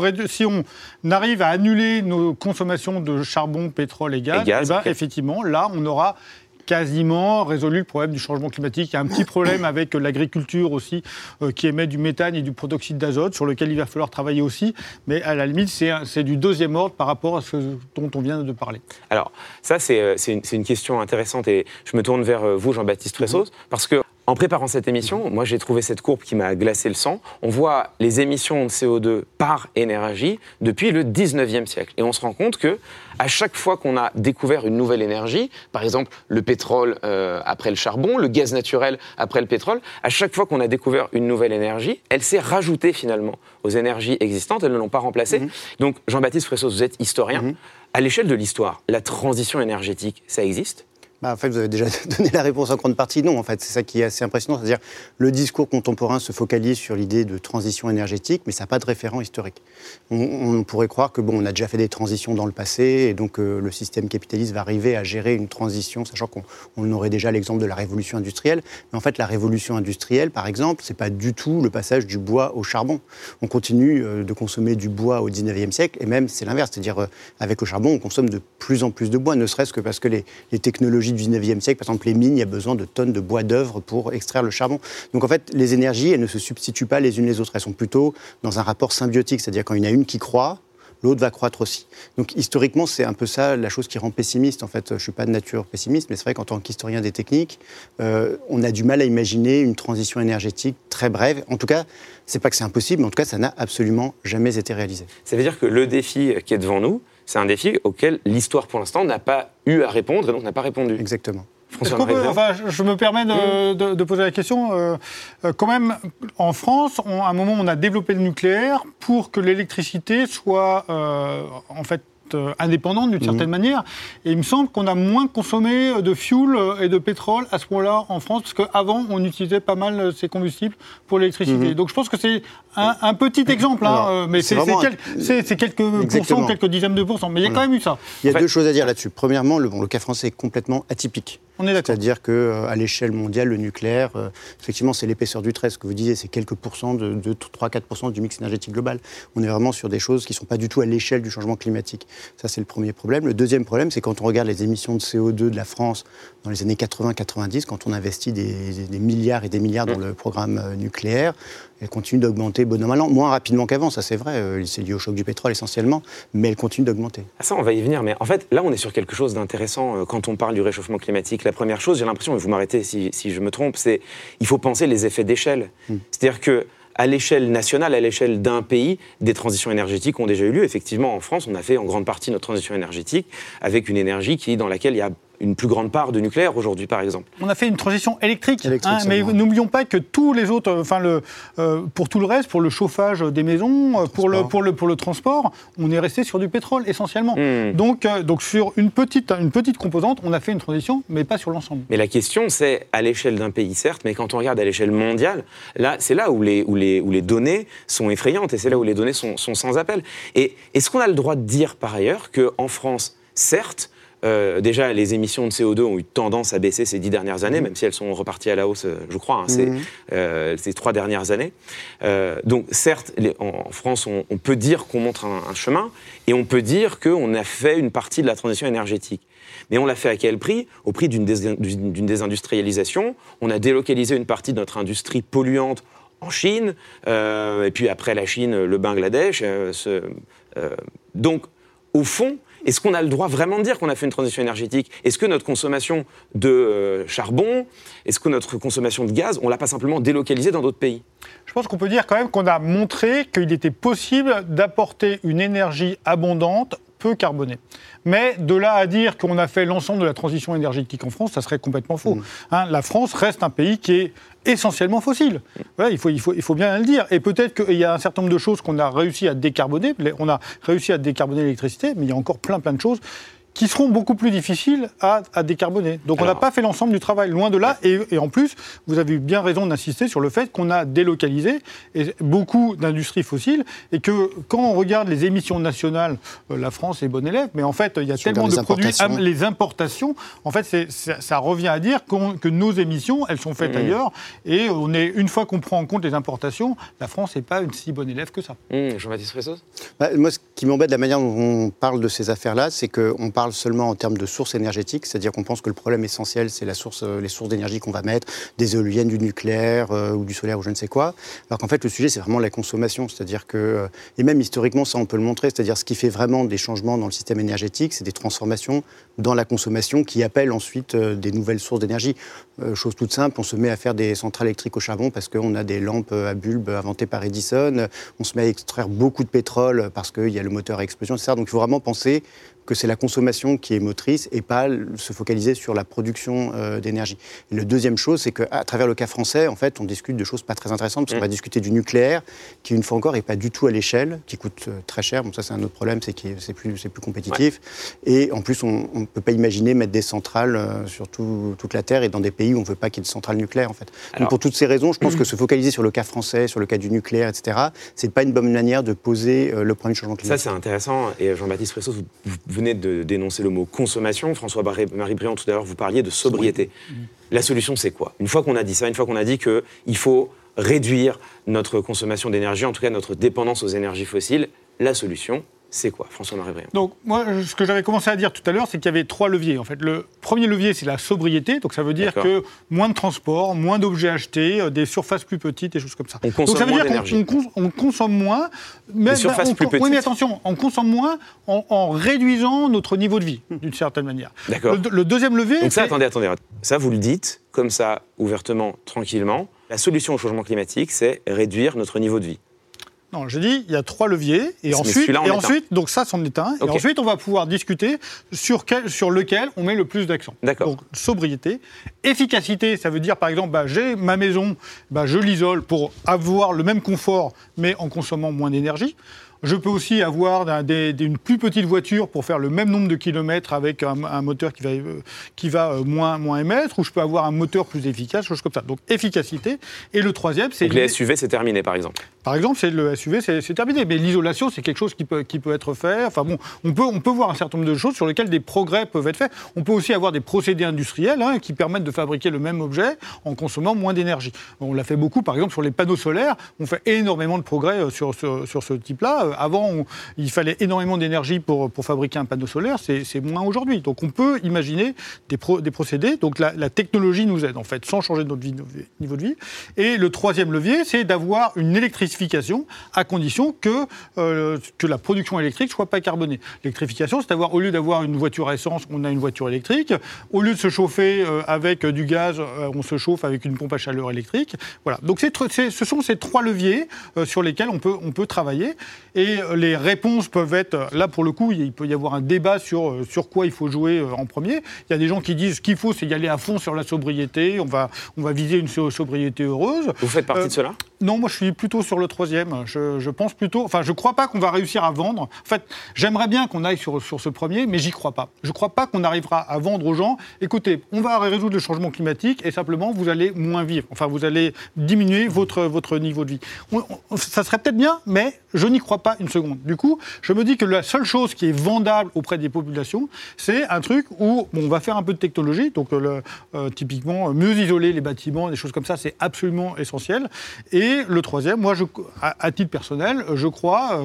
arrive à annuler nos consommations de charbon, pétrole et gaz, okay. Effectivement, là, on aura quasiment résolu le problème du changement climatique. Il y a un petit problème avec l'agriculture aussi, qui émet du méthane et du protoxyde d'azote, sur lequel il va falloir travailler aussi. Mais à la limite, c'est du deuxième ordre par rapport à ce dont on vient de parler. Alors, ça, c'est une question intéressante et je me tourne vers vous, Jean-Baptiste Fressos, parce que en préparant cette émission, moi j'ai trouvé cette courbe qui m'a glacé le sang. On voit les émissions de CO2 par énergie depuis le 19e siècle. Et on se rend compte que à chaque fois qu'on a découvert une nouvelle énergie, par exemple le pétrole après le charbon, le gaz naturel après le pétrole, à chaque fois qu'on a découvert une nouvelle énergie, elle s'est rajoutée finalement aux énergies existantes, elles ne l'ont pas remplacée. Donc Jean-Baptiste Fressos, vous êtes historien. À l'échelle de l'histoire, la transition énergétique, ça existe ? En fait, vous avez déjà donné la réponse en grande partie. Non, en fait, c'est ça qui est assez impressionnant. C'est-à-dire, le discours contemporain se focalise sur l'idée de transition énergétique, mais ça n'a pas de référent historique. On pourrait croire que, on a déjà fait des transitions dans le passé, et donc le système capitaliste va arriver à gérer une transition, sachant qu'on aurait déjà l'exemple de la révolution industrielle. Mais en fait, la révolution industrielle, par exemple, c'est pas du tout le passage du bois au charbon. On continue de consommer du bois au 19e siècle, et même c'est l'inverse. C'est-à-dire, avec le charbon, on consomme de plus en plus de bois, ne serait-ce que parce que les technologies du 19e siècle, par exemple les mines, il y a besoin de tonnes de bois d'œuvre pour extraire le charbon. Donc en fait, les énergies, elles ne se substituent pas les unes les autres, elles sont plutôt dans un rapport symbiotique, c'est-à-dire quand il y en a une qui croît, l'autre va croître aussi. Donc historiquement, c'est un peu ça la chose qui rend pessimiste. En fait, je ne suis pas de nature pessimiste, mais c'est vrai qu'en tant qu'historien des techniques, on a du mal à imaginer une transition énergétique très brève. En tout cas, c'est pas que c'est impossible, mais en tout cas, ça n'a absolument jamais été réalisé. Ça veut dire que le défi qui est devant nous, c'est un défi auquel l'histoire, pour l'instant, n'a pas eu à répondre et donc n'a pas répondu. Exactement. Je me permets de poser la question. Quand même, en France, à un moment, on a développé le nucléaire pour que l'électricité soit, en fait, indépendante d'une certaine manière. Et il me semble qu'on a moins consommé de fuel et de pétrole à ce moment-là en France, parce qu'avant, on utilisait pas mal ces combustibles pour l'électricité. Donc je pense que c'est un petit exemple, mais c'est quelques pourcents, quelques dizaines de pourcents. Mais il y a quand même eu ça. Il y a deux choses à dire là-dessus. Premièrement, le cas français est complètement atypique. On est d'accord. C'est-à-dire qu'à l'échelle mondiale, le nucléaire, effectivement, c'est l'épaisseur du trait. Ce que vous disiez, c'est quelques pourcents, de 3-4% du mix énergétique global. On est vraiment sur des choses qui ne sont pas du tout à l'échelle du changement climatique. Ça, c'est le premier problème. Le deuxième problème, c'est quand on regarde les émissions de CO2 de la France dans les années 80-90, quand on investit des milliards et des milliards dans le programme nucléaire, elle continue d'augmenter bon an mal an, moins rapidement qu'avant, ça c'est vrai, c'est lié au choc du pétrole essentiellement, mais elle continue d'augmenter. Ça, on va y venir, mais en fait, là, on est sur quelque chose d'intéressant quand on parle du réchauffement climatique. La première chose, j'ai l'impression, et vous m'arrêtez si je me trompe, c'est il faut penser les effets d'échelle. C'est-à-dire que à l'échelle nationale, à l'échelle d'un pays, des transitions énergétiques ont déjà eu lieu. Effectivement, en France, on a fait en grande partie notre transition énergétique avec une énergie dans laquelle il y a une plus grande part de nucléaire aujourd'hui, par exemple. On a fait une transition électrique mais n'oublions pas que tous les autres, pour tout le reste, pour le chauffage des maisons, pour le transport, on est resté sur du pétrole essentiellement. Donc sur une petite composante, on a fait une transition, mais pas sur l'ensemble. Mais la question, c'est à l'échelle d'un pays, certes, mais quand on regarde à l'échelle mondiale, là, c'est là où les données sont effrayantes et c'est là où les données sont sans appel. Et est-ce qu'on a le droit de dire, par ailleurs, qu'en France, certes, déjà, les émissions de CO2 ont eu tendance à baisser ces 10 dernières années, même si elles sont reparties à la hausse, je crois, ces 3 dernières années. Donc, certes, en France, on peut dire qu'on montre un chemin, et on peut dire qu'on a fait une partie de la transition énergétique. Mais on l'a fait à quel prix ? Au prix d'une désindustrialisation. On a délocalisé une partie de notre industrie polluante en Chine, et puis après la Chine, le Bangladesh. Donc, au fond, est-ce qu'on a le droit vraiment de dire qu'on a fait une transition énergétique ? Est-ce que notre consommation de charbon, est-ce que notre consommation de gaz, on ne l'a pas simplement délocalisée dans d'autres pays ? Je pense qu'on peut dire quand même qu'on a montré qu'il était possible d'apporter une énergie abondante, peu carbonée. Mais de là à dire qu'on a fait l'ensemble de la transition énergétique en France, ça serait complètement faux. La France reste un pays qui est essentiellement fossile. Voilà, il faut bien le dire. Et peut-être qu'il y a un certain nombre de choses qu'on a réussi à décarboner. On a réussi à décarboner l'électricité, mais il y a encore plein de choses qui seront beaucoup plus difficiles à décarboner. Donc on n'a pas fait l'ensemble du travail, loin de là. Et en plus, vous avez eu bien raison d'insister sur le fait qu'on a délocalisé beaucoup d'industries fossiles et que quand on regarde les émissions nationales, la France est bon élève, mais en fait, il y a tellement de produits, les importations, en fait, ça revient à dire que nos émissions, elles sont faites ailleurs. Et une fois qu'on prend en compte les importations, la France n'est pas une si bonne élève que ça. Jean-Baptiste Fressos ? Moi, ce qui m'embête de la manière dont on parle de ces affaires-là, c'est qu'on parle parle seulement en termes de sources énergétiques, c'est-à-dire qu'on pense que le problème essentiel, c'est les sources d'énergie qu'on va mettre, des éoliennes, du nucléaire ou du solaire ou je ne sais quoi, alors qu'en fait, le sujet, c'est vraiment la consommation, c'est-à-dire que, et même historiquement, ça, on peut le montrer, c'est-à-dire ce qui fait vraiment des changements dans le système énergétique, c'est des transformations dans la consommation qui appellent ensuite des nouvelles sources d'énergie. Chose toute simple, on se met à faire des centrales électriques au charbon parce qu'on a des lampes à bulbes inventées par Edison, on se met à extraire beaucoup de pétrole parce qu'il y a le moteur à explosion, etc. Donc il faut vraiment penser que c'est la consommation qui est motrice et pas se focaliser sur la production d'énergie. Et la deuxième chose, c'est qu'à travers le cas français, en fait, on discute de choses pas très intéressantes, parce qu'on va discuter du nucléaire, qui, une fois encore, n'est pas du tout à l'échelle, qui coûte très cher. Bon, ça, c'est un autre problème, c'est que c'est plus compétitif. Ouais. Et en plus, on ne peut pas imaginer mettre des centrales sur toute la Terre et dans des pays où on ne veut pas qu'il y ait de centrales nucléaires, en fait. Alors, donc, pour toutes ces raisons, je pense que se focaliser sur le cas français, sur le cas du nucléaire, etc., c'est pas une bonne manière de poser le problème du changement climatique. Ça, c'est intéressant. Et Jean-Baptiste Fressos, vous venez de dénoncer le mot consommation. François-Marie Briand, tout à l'heure, vous parliez de sobriété. La solution, c'est quoi ? Une fois qu'on a dit ça, une fois qu'on a dit qu'il faut réduire notre consommation d'énergie, en tout cas notre dépendance aux énergies fossiles, la solution, c'est quoi, François-Marie Briand ? Donc, moi, ce que j'avais commencé à dire tout à l'heure, c'est qu'il y avait 3 leviers. En fait, le premier levier, c'est la sobriété. Donc, ça veut dire que moins de transport, moins d'objets achetés, des surfaces plus petites, des choses comme ça. On consomme moins d'énergie. Donc, ça veut dire qu'on consomme moins. Mais, des surfaces plus petites. Oui, mais attention, on consomme moins en réduisant notre niveau de vie, d'une certaine manière. D'accord. Le deuxième levier... Donc ça, attendez. Ça, vous le dites, comme ça, ouvertement, tranquillement. La solution au changement climatique, c'est réduire notre niveau de vie. Non, j'ai dit, il y a 3 leviers, et ensuite, donc ça, c'en est un, okay. Et ensuite, on va pouvoir discuter sur lequel on met le plus d'accent. D'accord. Donc, sobriété. Efficacité, ça veut dire, par exemple, j'ai ma maison, je l'isole pour avoir le même confort, mais en consommant moins d'énergie. Je peux aussi avoir une plus petite voiture pour faire le même nombre de kilomètres avec un moteur qui va moins émettre, ou je peux avoir un moteur plus efficace, choses comme ça. Donc, efficacité. Et le troisième, c'est... Donc, les SUV, c'est terminé, par exemple. Par exemple, le SUV, c'est terminé. Mais l'isolation, c'est quelque chose qui peut être fait. Enfin bon, on peut voir un certain nombre de choses sur lesquelles des progrès peuvent être faits. On peut aussi avoir des procédés industriels qui permettent de fabriquer le même objet en consommant moins d'énergie. On l'a fait beaucoup, par exemple, sur les panneaux solaires. On fait énormément de progrès sur ce type-là. Avant, il fallait énormément d'énergie pour fabriquer un panneau solaire. C'est moins aujourd'hui. Donc, on peut imaginer des procédés. Donc, la technologie nous aide, en fait, sans changer notre niveau de vie. Et le troisième levier, c'est d'avoir une électricité à condition que la production électrique ne soit pas carbonée. L'électrification, c'est au lieu d'avoir une voiture à essence, on a une voiture électrique. Au lieu de se chauffer avec du gaz, on se chauffe avec une pompe à chaleur électrique. Voilà. Donc ce sont ces 3 leviers sur lesquels on peut travailler. Et les réponses peuvent être, là pour le coup, il peut y avoir un débat sur quoi il faut jouer en premier. Il y a des gens qui disent qu'il faut, c'est y aller à fond sur la sobriété. On va viser une sobriété heureuse. Vous faites partie de cela ? Non, moi je suis plutôt sur le troisième. Je pense plutôt... Enfin, je ne crois pas qu'on va réussir à vendre. En fait, j'aimerais bien qu'on aille sur ce premier, mais j'y crois pas. Je ne crois pas qu'on arrivera à vendre aux gens. Écoutez, on va résoudre le changement climatique et simplement, vous allez moins vivre. Enfin, vous allez diminuer votre niveau de vie. Ça serait peut-être bien, mais je n'y crois pas une seconde. Du coup, je me dis que la seule chose qui est vendable auprès des populations, c'est un truc où on va faire un peu de technologie. Donc, typiquement, mieux isoler les bâtiments, des choses comme ça, c'est absolument essentiel. Et le troisième, moi, à titre personnel, je crois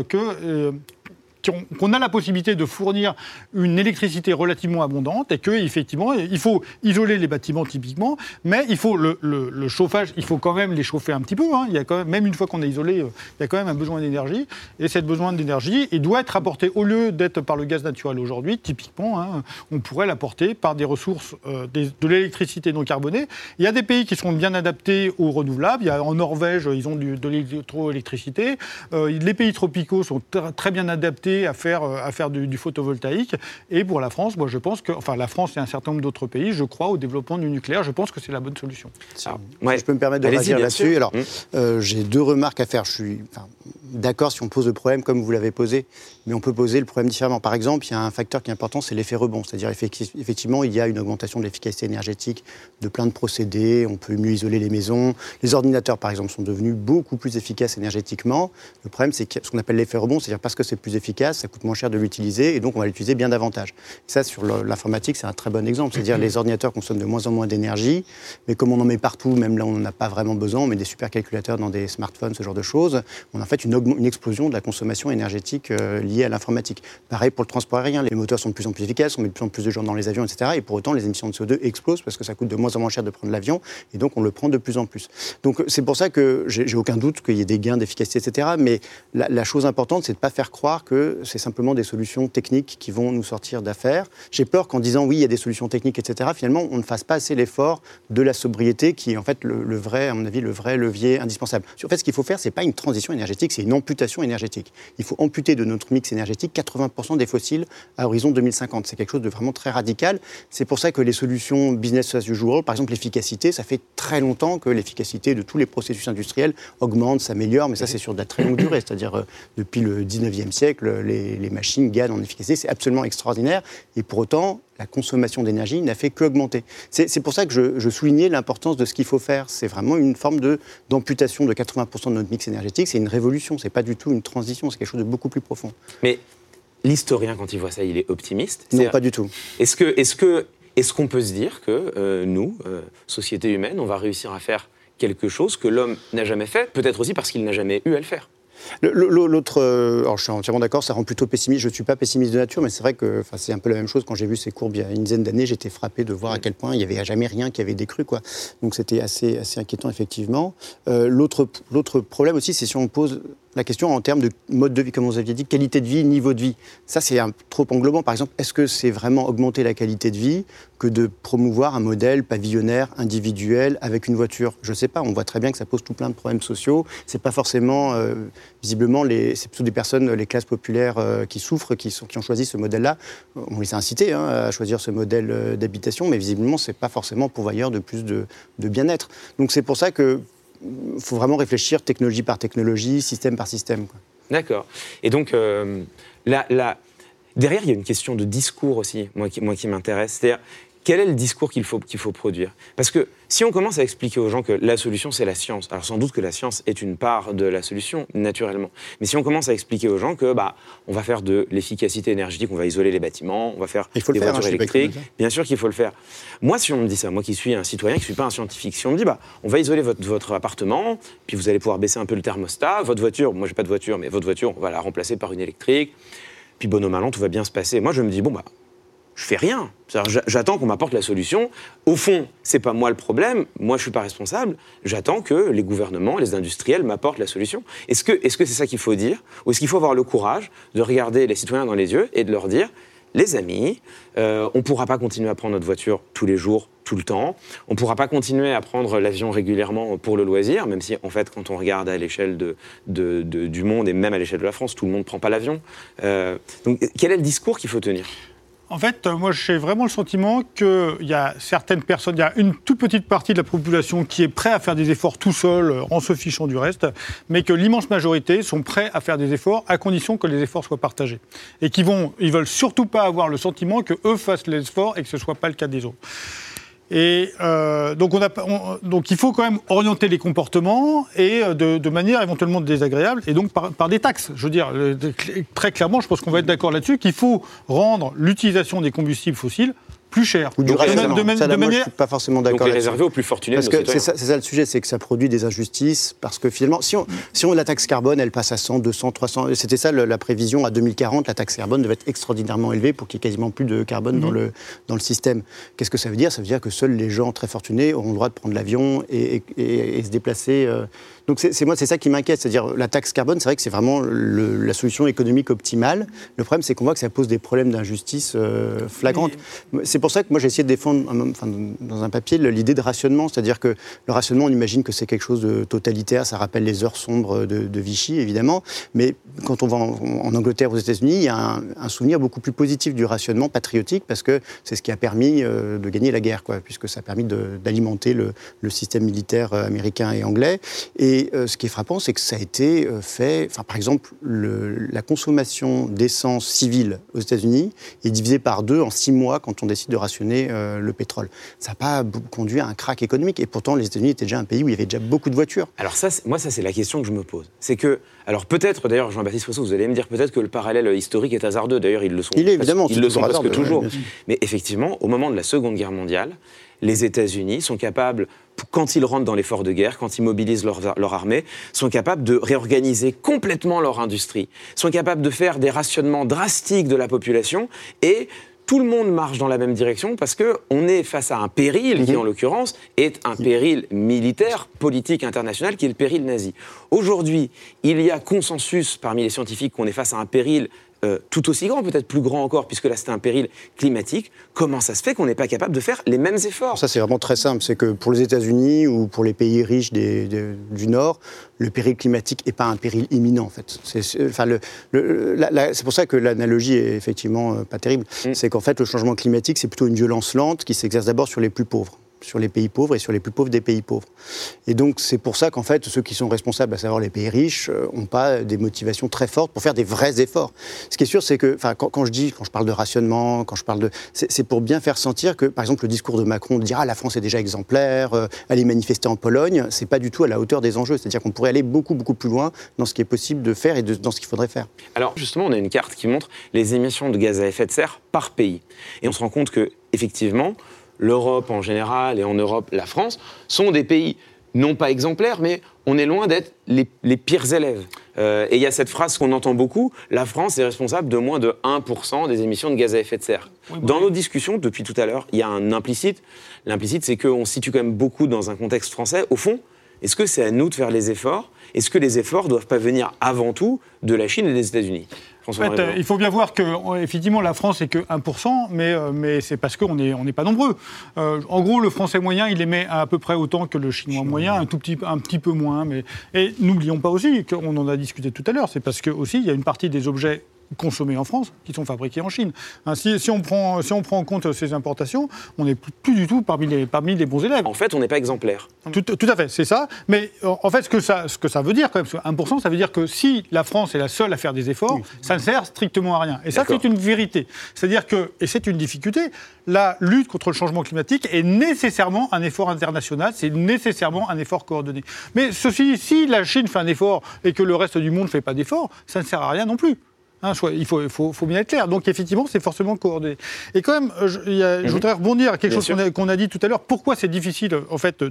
qu'on a la possibilité de fournir une électricité relativement abondante et qu'effectivement, il faut isoler les bâtiments typiquement, mais il faut le chauffage, il faut quand même les chauffer un petit peu. Il y a quand même une fois qu'on est isolé, il y a quand même un besoin d'énergie. Et cette besoin d'énergie, il doit être apporté, au lieu d'être par le gaz naturel aujourd'hui, typiquement, on pourrait l'apporter par des ressources, de l'électricité non carbonée. Il y a des pays qui sont bien adaptés aux renouvelables. En Norvège, ils ont de l'électroélectricité. Les pays tropicaux sont très bien adaptés à faire du photovoltaïque. Et pour la France, moi je pense que, la France et un certain nombre d'autres pays, je crois au développement du nucléaire. Je pense que c'est la bonne solution. Si je peux me permettre de réagir là-dessus. Alors, j'ai 2 remarques à faire. Je suis d'accord si on pose le problème comme vous l'avez posé, mais on peut poser le problème différemment. Par exemple, il y a un facteur qui est important, c'est l'effet rebond. C'est-à-dire, effectivement, il y a une augmentation de l'efficacité énergétique de plein de procédés. On peut mieux isoler les maisons. Les ordinateurs, par exemple, sont devenus beaucoup plus efficaces énergétiquement. Le problème, c'est ce qu'on appelle l'effet rebond, c'est-à-dire parce que c'est plus efficace, ça coûte moins cher de l'utiliser, et donc on va l'utiliser bien davantage. Et ça, sur l'informatique, c'est un très bon exemple. C'est-à-dire, les ordinateurs consomment de moins en moins d'énergie, mais comme on en met partout, même là où on n'en a pas vraiment besoin, on met des supercalculateurs dans des smartphones, ce genre de choses, on a en fait une une explosion de la consommation énergétique liée à l'informatique. Pareil pour le transport aérien, les moteurs sont de plus en plus efficaces, on met de plus en plus de gens dans les avions, etc. Et pour autant, les émissions de CO2 explosent parce que ça coûte de moins en moins cher de prendre l'avion, et donc on le prend de plus en plus. Donc c'est pour ça que j'ai aucun doute qu'il y ait des gains d'efficacité, etc. Mais la chose importante, c'est de ne pas faire croire que c'est simplement des solutions techniques qui vont nous sortir d'affaires. J'ai peur qu'en disant oui, il y a des solutions techniques, etc., finalement, on ne fasse pas assez l'effort de la sobriété qui est en fait le vrai, à mon avis, le vrai levier indispensable. En fait, ce qu'il faut faire, ce n'est pas une transition énergétique, c'est une amputation énergétique. Il faut amputer de notre mix énergétique 80% des fossiles à horizon 2050. C'est quelque chose de vraiment très radical. C'est pour ça que les solutions business as usual, par exemple l'efficacité, ça fait très longtemps que l'efficacité de tous les processus industriels augmente, s'améliore, mais ça c'est sur de la très longue durée, c'est-à-dire depuis le 19e siècle, les machines gagnent en efficacité, c'est absolument extraordinaire, et pour autant, la consommation d'énergie n'a fait qu'augmenter. C'est pour ça que je soulignais l'importance de ce qu'il faut faire. C'est vraiment une forme d'amputation de 80% de notre mix énergétique, c'est une révolution, c'est pas du tout une transition, c'est quelque chose de beaucoup plus profond. Mais l'historien, quand il voit ça, il est optimiste? Non, pas du tout. Est-ce qu'on peut se dire que nous, société humaine, on va réussir à faire quelque chose que l'homme n'a jamais fait, peut-être aussi parce qu'il n'a jamais eu à le faire? L'autre, alors je suis entièrement d'accord, ça rend plutôt pessimiste. Je ne suis pas pessimiste de nature, mais c'est vrai que c'est un peu la même chose. Quand j'ai vu ces courbes il y a une dizaine d'années, j'étais frappé de voir à quel point il n'y avait jamais rien qui avait décru, quoi. Donc c'était assez inquiétant, effectivement. L'autre problème aussi, c'est si on pose la question en termes de mode de vie, comme vous aviez dit, qualité de vie, niveau de vie. Ça, c'est trop englobant. Par exemple, est-ce que c'est vraiment augmenter la qualité de vie que de promouvoir un modèle pavillonnaire, individuel, avec une voiture? Je ne sais pas, on voit très bien que ça pose tout plein de problèmes sociaux. C'est pas forcément, visiblement, c'est plutôt des personnes, les classes populaires qui souffrent, qui ont choisi ce modèle-là. On les a incités à choisir ce modèle d'habitation, mais visiblement, c'est pas forcément pourvoyeur de plus de bien-être. Donc c'est pour ça que faut vraiment réfléchir technologie par technologie, système par système, quoi. D'accord. Et donc, derrière, il y a une question de discours aussi, moi qui m'intéresse. C'est-à-dire, quel est le discours qu'il faut produire? Parce que si on commence à expliquer aux gens que la solution, c'est la science, alors sans doute que la science est une part de la solution, naturellement. Mais si on commence à expliquer aux gens que on va faire de l'efficacité énergétique, on va isoler les bâtiments, on va faire des voitures électriques, bien sûr qu'il faut le faire. Moi, si on me dit ça, moi qui suis un citoyen, qui ne suis pas un scientifique, si on me dit on va isoler votre appartement, puis vous allez pouvoir baisser un peu le thermostat, votre voiture, moi j'ai pas de voiture, mais votre voiture, on va la remplacer par une électrique, puis bon an mal an, tout va bien se passer. Moi, je me dis, je fais rien. J'attends qu'on m'apporte la solution. Au fond, c'est pas moi le problème. Moi, je suis pas responsable. J'attends que les gouvernements, les industriels m'apportent la solution. Est-ce que c'est ça qu'il faut dire? Ou est-ce qu'il faut avoir le courage de regarder les citoyens dans les yeux et de leur dire, les amis, on pourra pas continuer à prendre notre voiture tous les jours, tout le temps. On pourra pas continuer à prendre l'avion régulièrement pour le loisir, même si, en fait, quand on regarde à l'échelle du monde et même à l'échelle de la France, tout le monde prend pas l'avion. Donc, quel est le discours qu'il faut tenir? En fait, moi, j'ai vraiment le sentiment qu'il y a certaines personnes, il y a une toute petite partie de la population qui est prête à faire des efforts tout seul, en se fichant du reste, mais que l'immense majorité sont prêts à faire des efforts à condition que les efforts soient partagés. Et ils veulent surtout pas avoir le sentiment qu'eux fassent les efforts et que ce soit pas le cas des autres. Et donc il faut quand même orienter les comportements et de manière éventuellement désagréable et donc par des taxes. Je veux dire, très clairement, je pense qu'on va être d'accord là-dessus, qu'il faut rendre l'utilisation des combustibles fossiles plus cher. Ou du raisonnement. Moi, je ne suis pas forcément d'accord. Donc les réserver aux plus fortunés. Parce que c'est ça le sujet, c'est que ça produit des injustices. Parce que finalement, si on la taxe carbone, elle passe à 100, 200, 300. C'était ça la prévision à 2040. La taxe carbone devait être extraordinairement élevée pour qu'il n'y ait quasiment plus de carbone dans le système. Qu'est-ce que ça veut dire? Ça veut dire que seuls les gens très fortunés auront le droit de prendre l'avion et se déplacer. Donc c'est ça qui m'inquiète. C'est-à-dire la taxe carbone, c'est vrai que c'est vraiment la solution économique optimale. Le problème, c'est qu'on voit que ça pose des problèmes d'injustice flagrantes. C'est pour ça que moi j'ai essayé de défendre dans un papier l'idée de rationnement, c'est-à-dire que le rationnement, on imagine que c'est quelque chose de totalitaire, ça rappelle les heures sombres de Vichy évidemment, mais quand on va en Angleterre, aux États-Unis, il y a un souvenir beaucoup plus positif du rationnement patriotique parce que c'est ce qui a permis de gagner la guerre, puisque ça a permis d'alimenter le système militaire américain et anglais. Et ce qui est frappant, c'est que ça a été fait, par exemple, la consommation d'essence civile aux États-Unis est divisée par 2 en 6 mois quand on décide de rationner le pétrole. Ça n'a pas conduit à un krach économique. Et pourtant, les États-Unis étaient déjà un pays où il y avait déjà beaucoup de voitures. Alors ça, c'est la question que je me pose. C'est que, alors peut-être, d'ailleurs, Jean-Baptiste Fosseau, vous allez me dire peut-être que le parallèle historique est hasardeux. D'ailleurs, ils le sont. Il est évidemment. Ils le sont presque toujours. Mais effectivement, au moment de la Seconde Guerre mondiale, les États-Unis sont capables, quand ils rentrent dans l'effort de guerre, quand ils mobilisent leur armée, sont capables de réorganiser complètement leur industrie, sont capables de faire des rationnements drastiques de la population et tout le monde marche dans la même direction parce qu'on est face à un péril qui, en l'occurrence, est un péril militaire, politique, international, qui est le péril nazi. Aujourd'hui, il y a consensus parmi les scientifiques qu'on est face à un péril tout aussi grand, peut-être plus grand encore, puisque là, c'est un péril climatique. Comment ça se fait qu'on n'est pas capable de faire les mêmes efforts ? Ça, c'est vraiment très simple. C'est que pour les États-Unis ou pour les pays riches du Nord, le péril climatique n'est pas un péril imminent, en fait. C'est pour ça que l'analogie est effectivement pas terrible. C'est qu'en fait, le changement climatique, c'est plutôt une violence lente qui s'exerce d'abord sur les plus pauvres, sur les pays pauvres et sur les plus pauvres des pays pauvres. Et donc, c'est pour ça qu'en fait, ceux qui sont responsables, à savoir les pays riches, n'ont pas des motivations très fortes pour faire des vrais efforts. Ce qui est sûr, c'est que, quand je parle de rationnement, c'est pour bien faire sentir que, par exemple, le discours de Macron de dire « Ah, la France est déjà exemplaire, aller manifester en Pologne », c'est pas du tout à la hauteur des enjeux. C'est-à-dire qu'on pourrait aller beaucoup, beaucoup plus loin dans ce qui est possible de faire et dans ce qu'il faudrait faire. Alors, justement, on a une carte qui montre les émissions de gaz à effet de serre par pays. Et on se rend compte que, effectivement, l'Europe en général et en Europe, la France, sont des pays non pas exemplaires, mais on est loin d'être les pires élèves. Et il y a cette phrase qu'on entend beaucoup, la France est responsable de moins de 1% des émissions de gaz à effet de serre. Oui, dans nos discussions, depuis tout à l'heure, il y a un implicite. L'implicite, c'est qu'on se situe quand même beaucoup dans un contexte français. Au fond, est-ce que c'est à nous de faire les efforts ? Est-ce que les efforts ne doivent pas venir avant tout de la Chine et des États-Unis ? En fait, il faut bien voir que, effectivement, la France n'est que 1%, mais c'est parce qu'on n'est pas nombreux. En gros, le français moyen, il émet à peu près autant que le chinois moyen, un petit peu moins. Et n'oublions pas aussi, qu'on en a discuté tout à l'heure, c'est parce que aussi il y a une partie des objets consommés en France qui sont fabriqués en Chine. Si on prend en compte ces importations, on n'est plus du tout parmi les bons élèves. En fait, on n'est pas exemplaire. Tout à fait, c'est ça. Mais en fait, ce que ça veut dire, quand même, 1%, ça veut dire que si la France est la seule à faire des efforts, ça ne sert strictement à rien. Et ça, c'est une vérité. C'est-à-dire que, et c'est une difficulté, la lutte contre le changement climatique est nécessairement un effort international, c'est nécessairement un effort coordonné. Mais si la Chine fait un effort et que le reste du monde ne fait pas d'effort, ça ne sert à rien non plus. Il faut bien être clair. Donc, effectivement, c'est forcément coordonné. Et quand même, je voudrais rebondir à quelque chose qu'on a dit tout à l'heure. Pourquoi c'est difficile, en fait,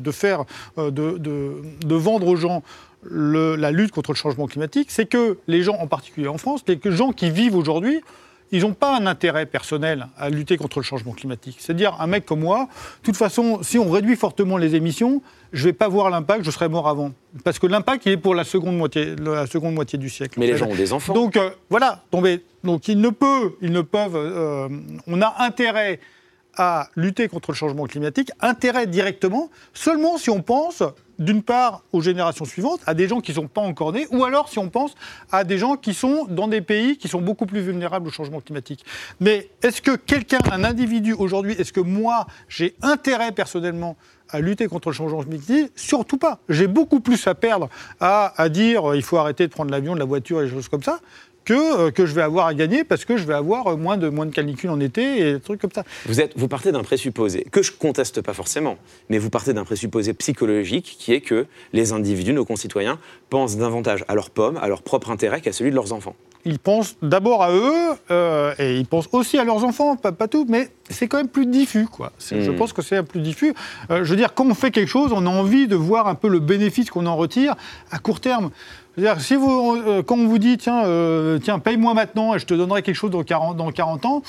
de vendre aux gens la lutte contre le changement climatique ? C'est que les gens, en particulier en France, les gens qui vivent aujourd'hui, ils n'ont pas un intérêt personnel à lutter contre le changement climatique. C'est-à-dire, un mec comme moi, de toute façon, si on réduit fortement les émissions, je ne vais pas voir l'impact, je serai mort avant. Parce que l'impact, il est pour la seconde moitié du siècle. Mais les gens ont des enfants. Donc, voilà. Donc, ils ne peuvent... on a intérêt à lutter contre le changement climatique, intérêt directement, seulement si on pense, d'une part, aux générations suivantes, à des gens qui ne sont pas encore nés, ou alors si on pense à des gens qui sont dans des pays qui sont beaucoup plus vulnérables au changement climatique. Mais est-ce que un individu aujourd'hui, est-ce que moi, j'ai intérêt personnellement à lutter contre le changement climatique? Surtout pas. J'ai beaucoup plus à perdre à dire il faut arrêter de prendre l'avion, de la voiture et des choses comme ça, que je vais avoir à gagner parce que je vais avoir moins de canicules en été et des trucs comme ça. Vous partez d'un présupposé que je ne conteste pas forcément, mais vous partez d'un présupposé psychologique qui est que les individus, nos concitoyens, pensent davantage à leurs pommes, à leur propre intérêt qu'à celui de leurs enfants. Ils pensent d'abord à eux et ils pensent aussi à leurs enfants, pas tout, mais c'est quand même plus diffus, quoi. Je pense que c'est plus diffus. Je veux dire, quand on fait quelque chose, on a envie de voir un peu le bénéfice qu'on en retire à court terme. C'est-à-dire, si quand on vous dit, tiens, paye-moi maintenant et je te donnerai quelque chose dans 40 ans,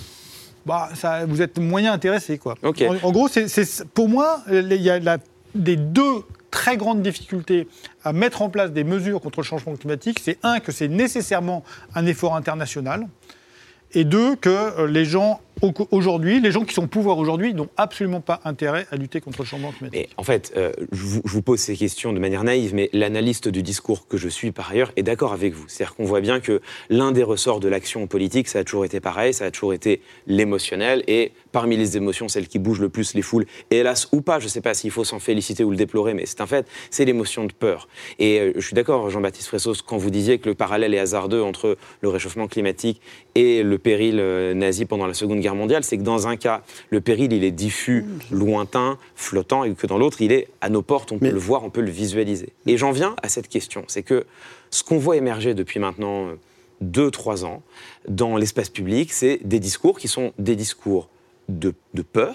vous êtes moyen intéressé, quoi. Okay. En gros, pour moi, il y a des deux très grande difficulté à mettre en place des mesures contre le changement climatique, c'est un, que c'est nécessairement un effort international, et deux, que les gens aujourd'hui, les gens qui sont au pouvoir aujourd'hui, n'ont absolument pas intérêt à lutter contre le changement climatique. Et en fait, je vous pose ces questions de manière naïve, mais l'analyste du discours que je suis par ailleurs est d'accord avec vous. C'est-à-dire qu'on voit bien que l'un des ressorts de l'action politique, ça a toujours été pareil, ça a toujours été l'émotionnel, et parmi les émotions, celle qui bouge le plus les foules, et hélas ou pas, je ne sais pas s'il faut s'en féliciter ou le déplorer, mais c'est un fait, c'est l'émotion de peur. Et je suis d'accord, Jean-Baptiste Fressos, quand vous disiez que le parallèle est hasardeux entre le réchauffement climatique et le péril nazi pendant la Seconde Guerre mondiale, c'est que dans un cas, le péril, il est diffus, lointain, flottant, et que dans l'autre, il est à nos portes, on peut le voir, on peut le visualiser. Et j'en viens à cette question, c'est que ce qu'on voit émerger depuis maintenant 2-3 ans dans l'espace public, c'est des discours qui sont des discours de peur,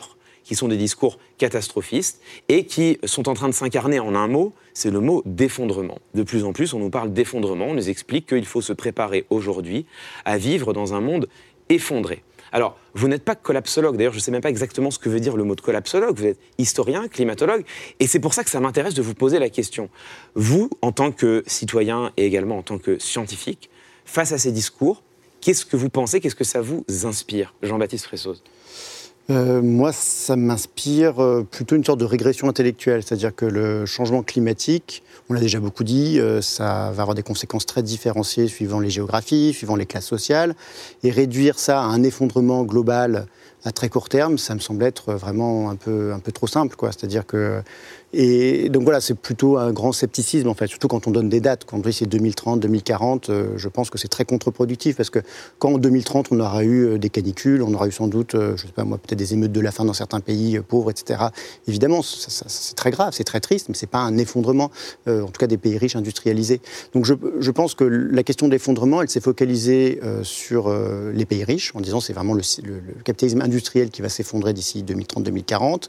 qui sont des discours catastrophistes et qui sont en train de s'incarner en un mot, c'est le mot d'effondrement. De plus en plus, on nous parle d'effondrement, on nous explique qu'il faut se préparer aujourd'hui à vivre dans un monde effondré. Alors, vous n'êtes pas collapsologue, d'ailleurs je ne sais même pas exactement ce que veut dire le mot de collapsologue, vous êtes historien, climatologue, et c'est pour ça que ça m'intéresse de vous poser la question. Vous, en tant que citoyen et également en tant que scientifique, face à ces discours, qu'est-ce que vous pensez, qu'est-ce que ça vous inspire, Jean-Baptiste Fressoz ? Moi, ça m'inspire plutôt une sorte de régression intellectuelle, c'est-à-dire que le changement climatique, on l'a déjà beaucoup dit, ça va avoir des conséquences très différenciées suivant les géographies, suivant les classes sociales, et réduire ça à un effondrement global à très court terme, ça me semble être vraiment un peu trop simple, quoi. C'est-à-dire que... Et donc voilà, c'est plutôt un grand scepticisme, en fait, surtout quand on donne des dates. Quand on dit c'est 2030, 2040, je pense que c'est très contre-productif, parce que quand en 2030, on aura eu des canicules, on aura eu sans doute, je sais pas moi, peut-être des émeutes de la faim dans certains pays pauvres, etc. Évidemment, c'est très grave, c'est très triste, mais c'est pas un effondrement, en tout cas des pays riches industrialisés. Donc je pense que la question de l'effondrement, elle s'est focalisée sur les pays riches, en disant c'est vraiment le capitalisme industriel qui va s'effondrer d'ici 2030-2040,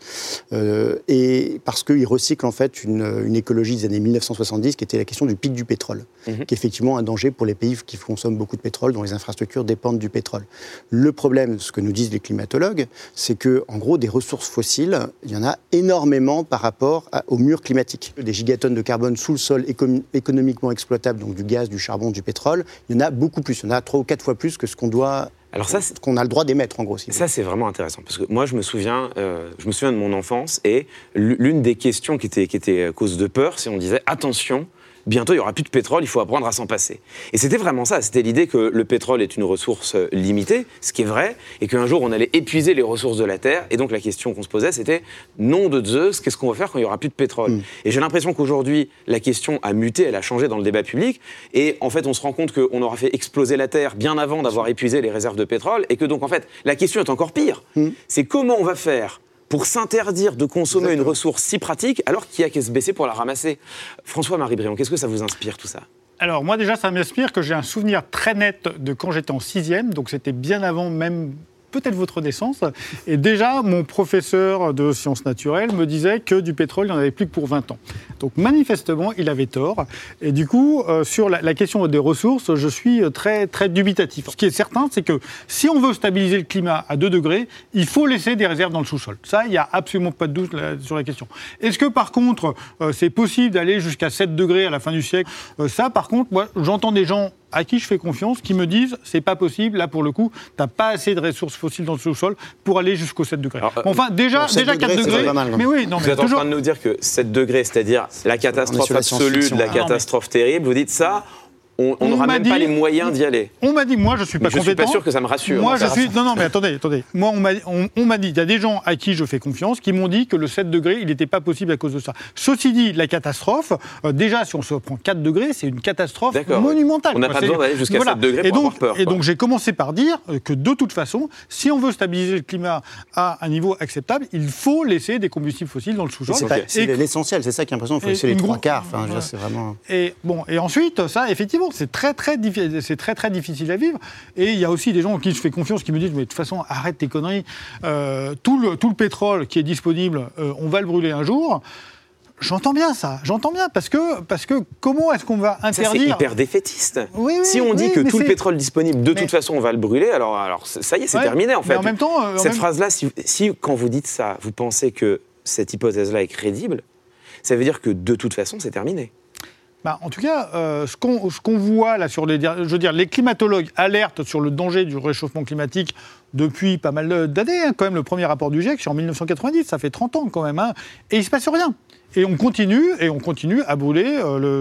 et parce qu'il recycle en fait une écologie des années 1970 qui était la question du pic du pétrole, qui est effectivement un danger pour les pays qui consomment beaucoup de pétrole, dont les infrastructures dépendent du pétrole. Le problème, ce que nous disent les climatologues, c'est que en gros des ressources fossiles, il y en a énormément par rapport au mur climatique. Des gigatonnes de carbone sous le sol économiquement exploitable, donc du gaz, du charbon, du pétrole, il y en a beaucoup plus, il y en a 3 ou 4 fois plus que ce qu'on doit... Alors ça, qu'on a le droit d'émettre, en gros. Ça, c'est vraiment intéressant, parce que moi, je me souviens de mon enfance, et l'une des questions qui était cause de peur, c'est on disait « Attention, bientôt, il n'y aura plus de pétrole, il faut apprendre à s'en passer. » Et c'était vraiment ça, c'était l'idée que le pétrole est une ressource limitée, ce qui est vrai, et qu'un jour, on allait épuiser les ressources de la Terre, et donc la question qu'on se posait, c'était « Nom de Zeus, qu'est-ce qu'on va faire quand il n'y aura plus de pétrole ?» Et j'ai l'impression qu'aujourd'hui, la question a muté, elle a changé dans le débat public, et en fait, on se rend compte qu'on aura fait exploser la Terre bien avant d'avoir épuisé les réserves de pétrole, et que donc, en fait, la question est encore pire. C'est comment on va faire pour s'interdire de consommer une ressource si pratique alors qu'il n'y a qu'à se baisser pour la ramasser. François-Marie Briand, qu'est-ce que ça vous inspire tout ça ? Alors moi déjà, ça m'inspire que j'ai un souvenir très net de quand j'étais en 6e, donc c'était bien avant même peut-être votre naissance, et déjà mon professeur de sciences naturelles me disait que du pétrole, il n'y en avait plus que pour 20 ans. Donc manifestement, il avait tort, et du coup, sur la question des ressources, je suis très, très dubitatif. Ce qui est certain, c'est que si on veut stabiliser le climat à 2 degrés, il faut laisser des réserves dans le sous-sol. Ça, il n'y a absolument pas de doute sur la question. Est-ce que par contre, c'est possible d'aller jusqu'à 7 degrés à la fin du siècle ? Ça, par contre, moi, j'entends des gens à qui je fais confiance, qui me disent c'est pas possible, là pour le coup, t'as pas assez de ressources fossiles dans le sous-sol pour aller jusqu'aux 7 degrés. Alors, enfin, déjà 4 degrés. Mais oui, non, vous êtes en train de nous dire que 7 degrés, c'est-à-dire la catastrophe absolue de la catastrophe terrible, vous dites ça, on n'aura même pas les moyens d'y aller. On m'a dit, moi je suis pas compétent. Je suis pas sûr que ça me rassure. Moi je suis. Non, mais attendez. Moi on m'a dit, il y a des gens à qui je fais confiance qui m'ont dit que le 7 degrés, il n'était pas possible à cause de ça. Ceci dit, la catastrophe, déjà si on se prend 4 degrés, c'est une catastrophe monumentale. On n'a pas besoin d'aller jusqu'à 7 degrés pour avoir peur. Et donc j'ai commencé par dire que de toute façon, si on veut stabiliser le climat à un niveau acceptable, il faut laisser des combustibles fossiles dans le sous-sol. C'est l'essentiel, c'est ça qui est impressionnant. Il faut laisser les 3/4. Enfin, c'est vraiment. Et ensuite, ça, effectivement, c'est très difficile à vivre. Et il y a aussi des gens en qui je fais confiance qui me disent mais de toute façon, arrête tes conneries. Tout le pétrole qui est disponible, on va le brûler un jour. J'entends bien ça, parce que comment est-ce qu'on va interdire... Ça, c'est hyper défaitiste. Si on dit que tout le pétrole disponible, de toute façon, on va le brûler, alors ça y est, c'est terminé, en fait. En même temps... Cette phrase-là, si quand vous dites ça, vous pensez que cette hypothèse-là est crédible, ça veut dire que de toute façon, c'est terminé. En tout cas, ce qu'on voit là sur les climatologues alertent sur le danger du réchauffement climatique depuis pas mal d'années. Quand même, le premier rapport du GIEC, c'est en 1990, ça fait 30 ans quand même, et il ne se passe rien. Et on continue à brûler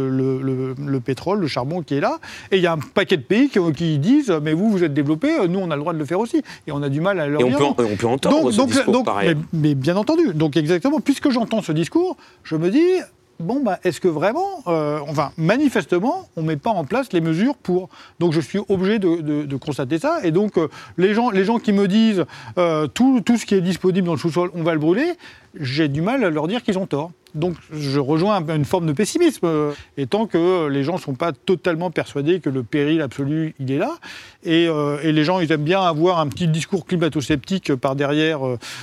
le pétrole, le charbon qui est là. Et il y a un paquet de pays qui disent « mais vous êtes développés, nous on a le droit de le faire aussi ». Et on a du mal à leur dire. Et on peut entendre ce discours pareil. Mais bien entendu. Donc exactement, puisque j'entends ce discours, je me dis... est-ce que vraiment, manifestement, on ne met pas en place les mesures pour... Donc je suis obligé de constater ça. Et donc les gens qui me disent tout ce qui est disponible dans le sous-sol, on va le brûler, j'ai du mal à leur dire qu'ils ont tort. Donc je rejoins une forme de pessimisme, étant que les gens ne sont pas totalement persuadés que le péril absolu, il est là. Et les gens, ils aiment bien avoir un petit discours climato-sceptique par derrière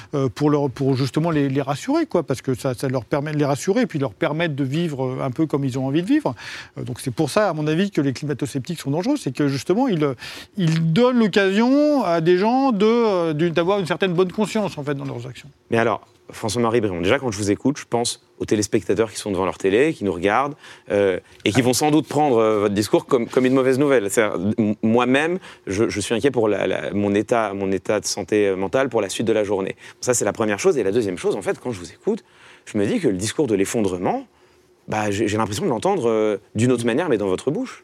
pour justement les rassurer, quoi, parce que ça leur permet de les rassurer et puis leur permettre de vivre un peu comme ils ont envie de vivre. Donc c'est pour ça, à mon avis, que les climato-sceptiques sont dangereux. C'est que justement, ils donnent l'occasion à des gens d'avoir une certaine bonne conscience, en fait, dans leurs actions. Mais alors, François-Marie Brion, déjà quand je vous écoute, je pense aux téléspectateurs qui sont devant leur télé, qui nous regardent, et qui vont sans doute prendre votre discours comme une mauvaise nouvelle. Moi-même, je suis inquiet pour mon état de santé mentale pour la suite de la journée. Ça, c'est la première chose. Et la deuxième chose, en fait, quand je vous écoute, je me dis que le discours de l'effondrement, j'ai l'impression de l'entendre d'une autre manière, mais dans votre bouche.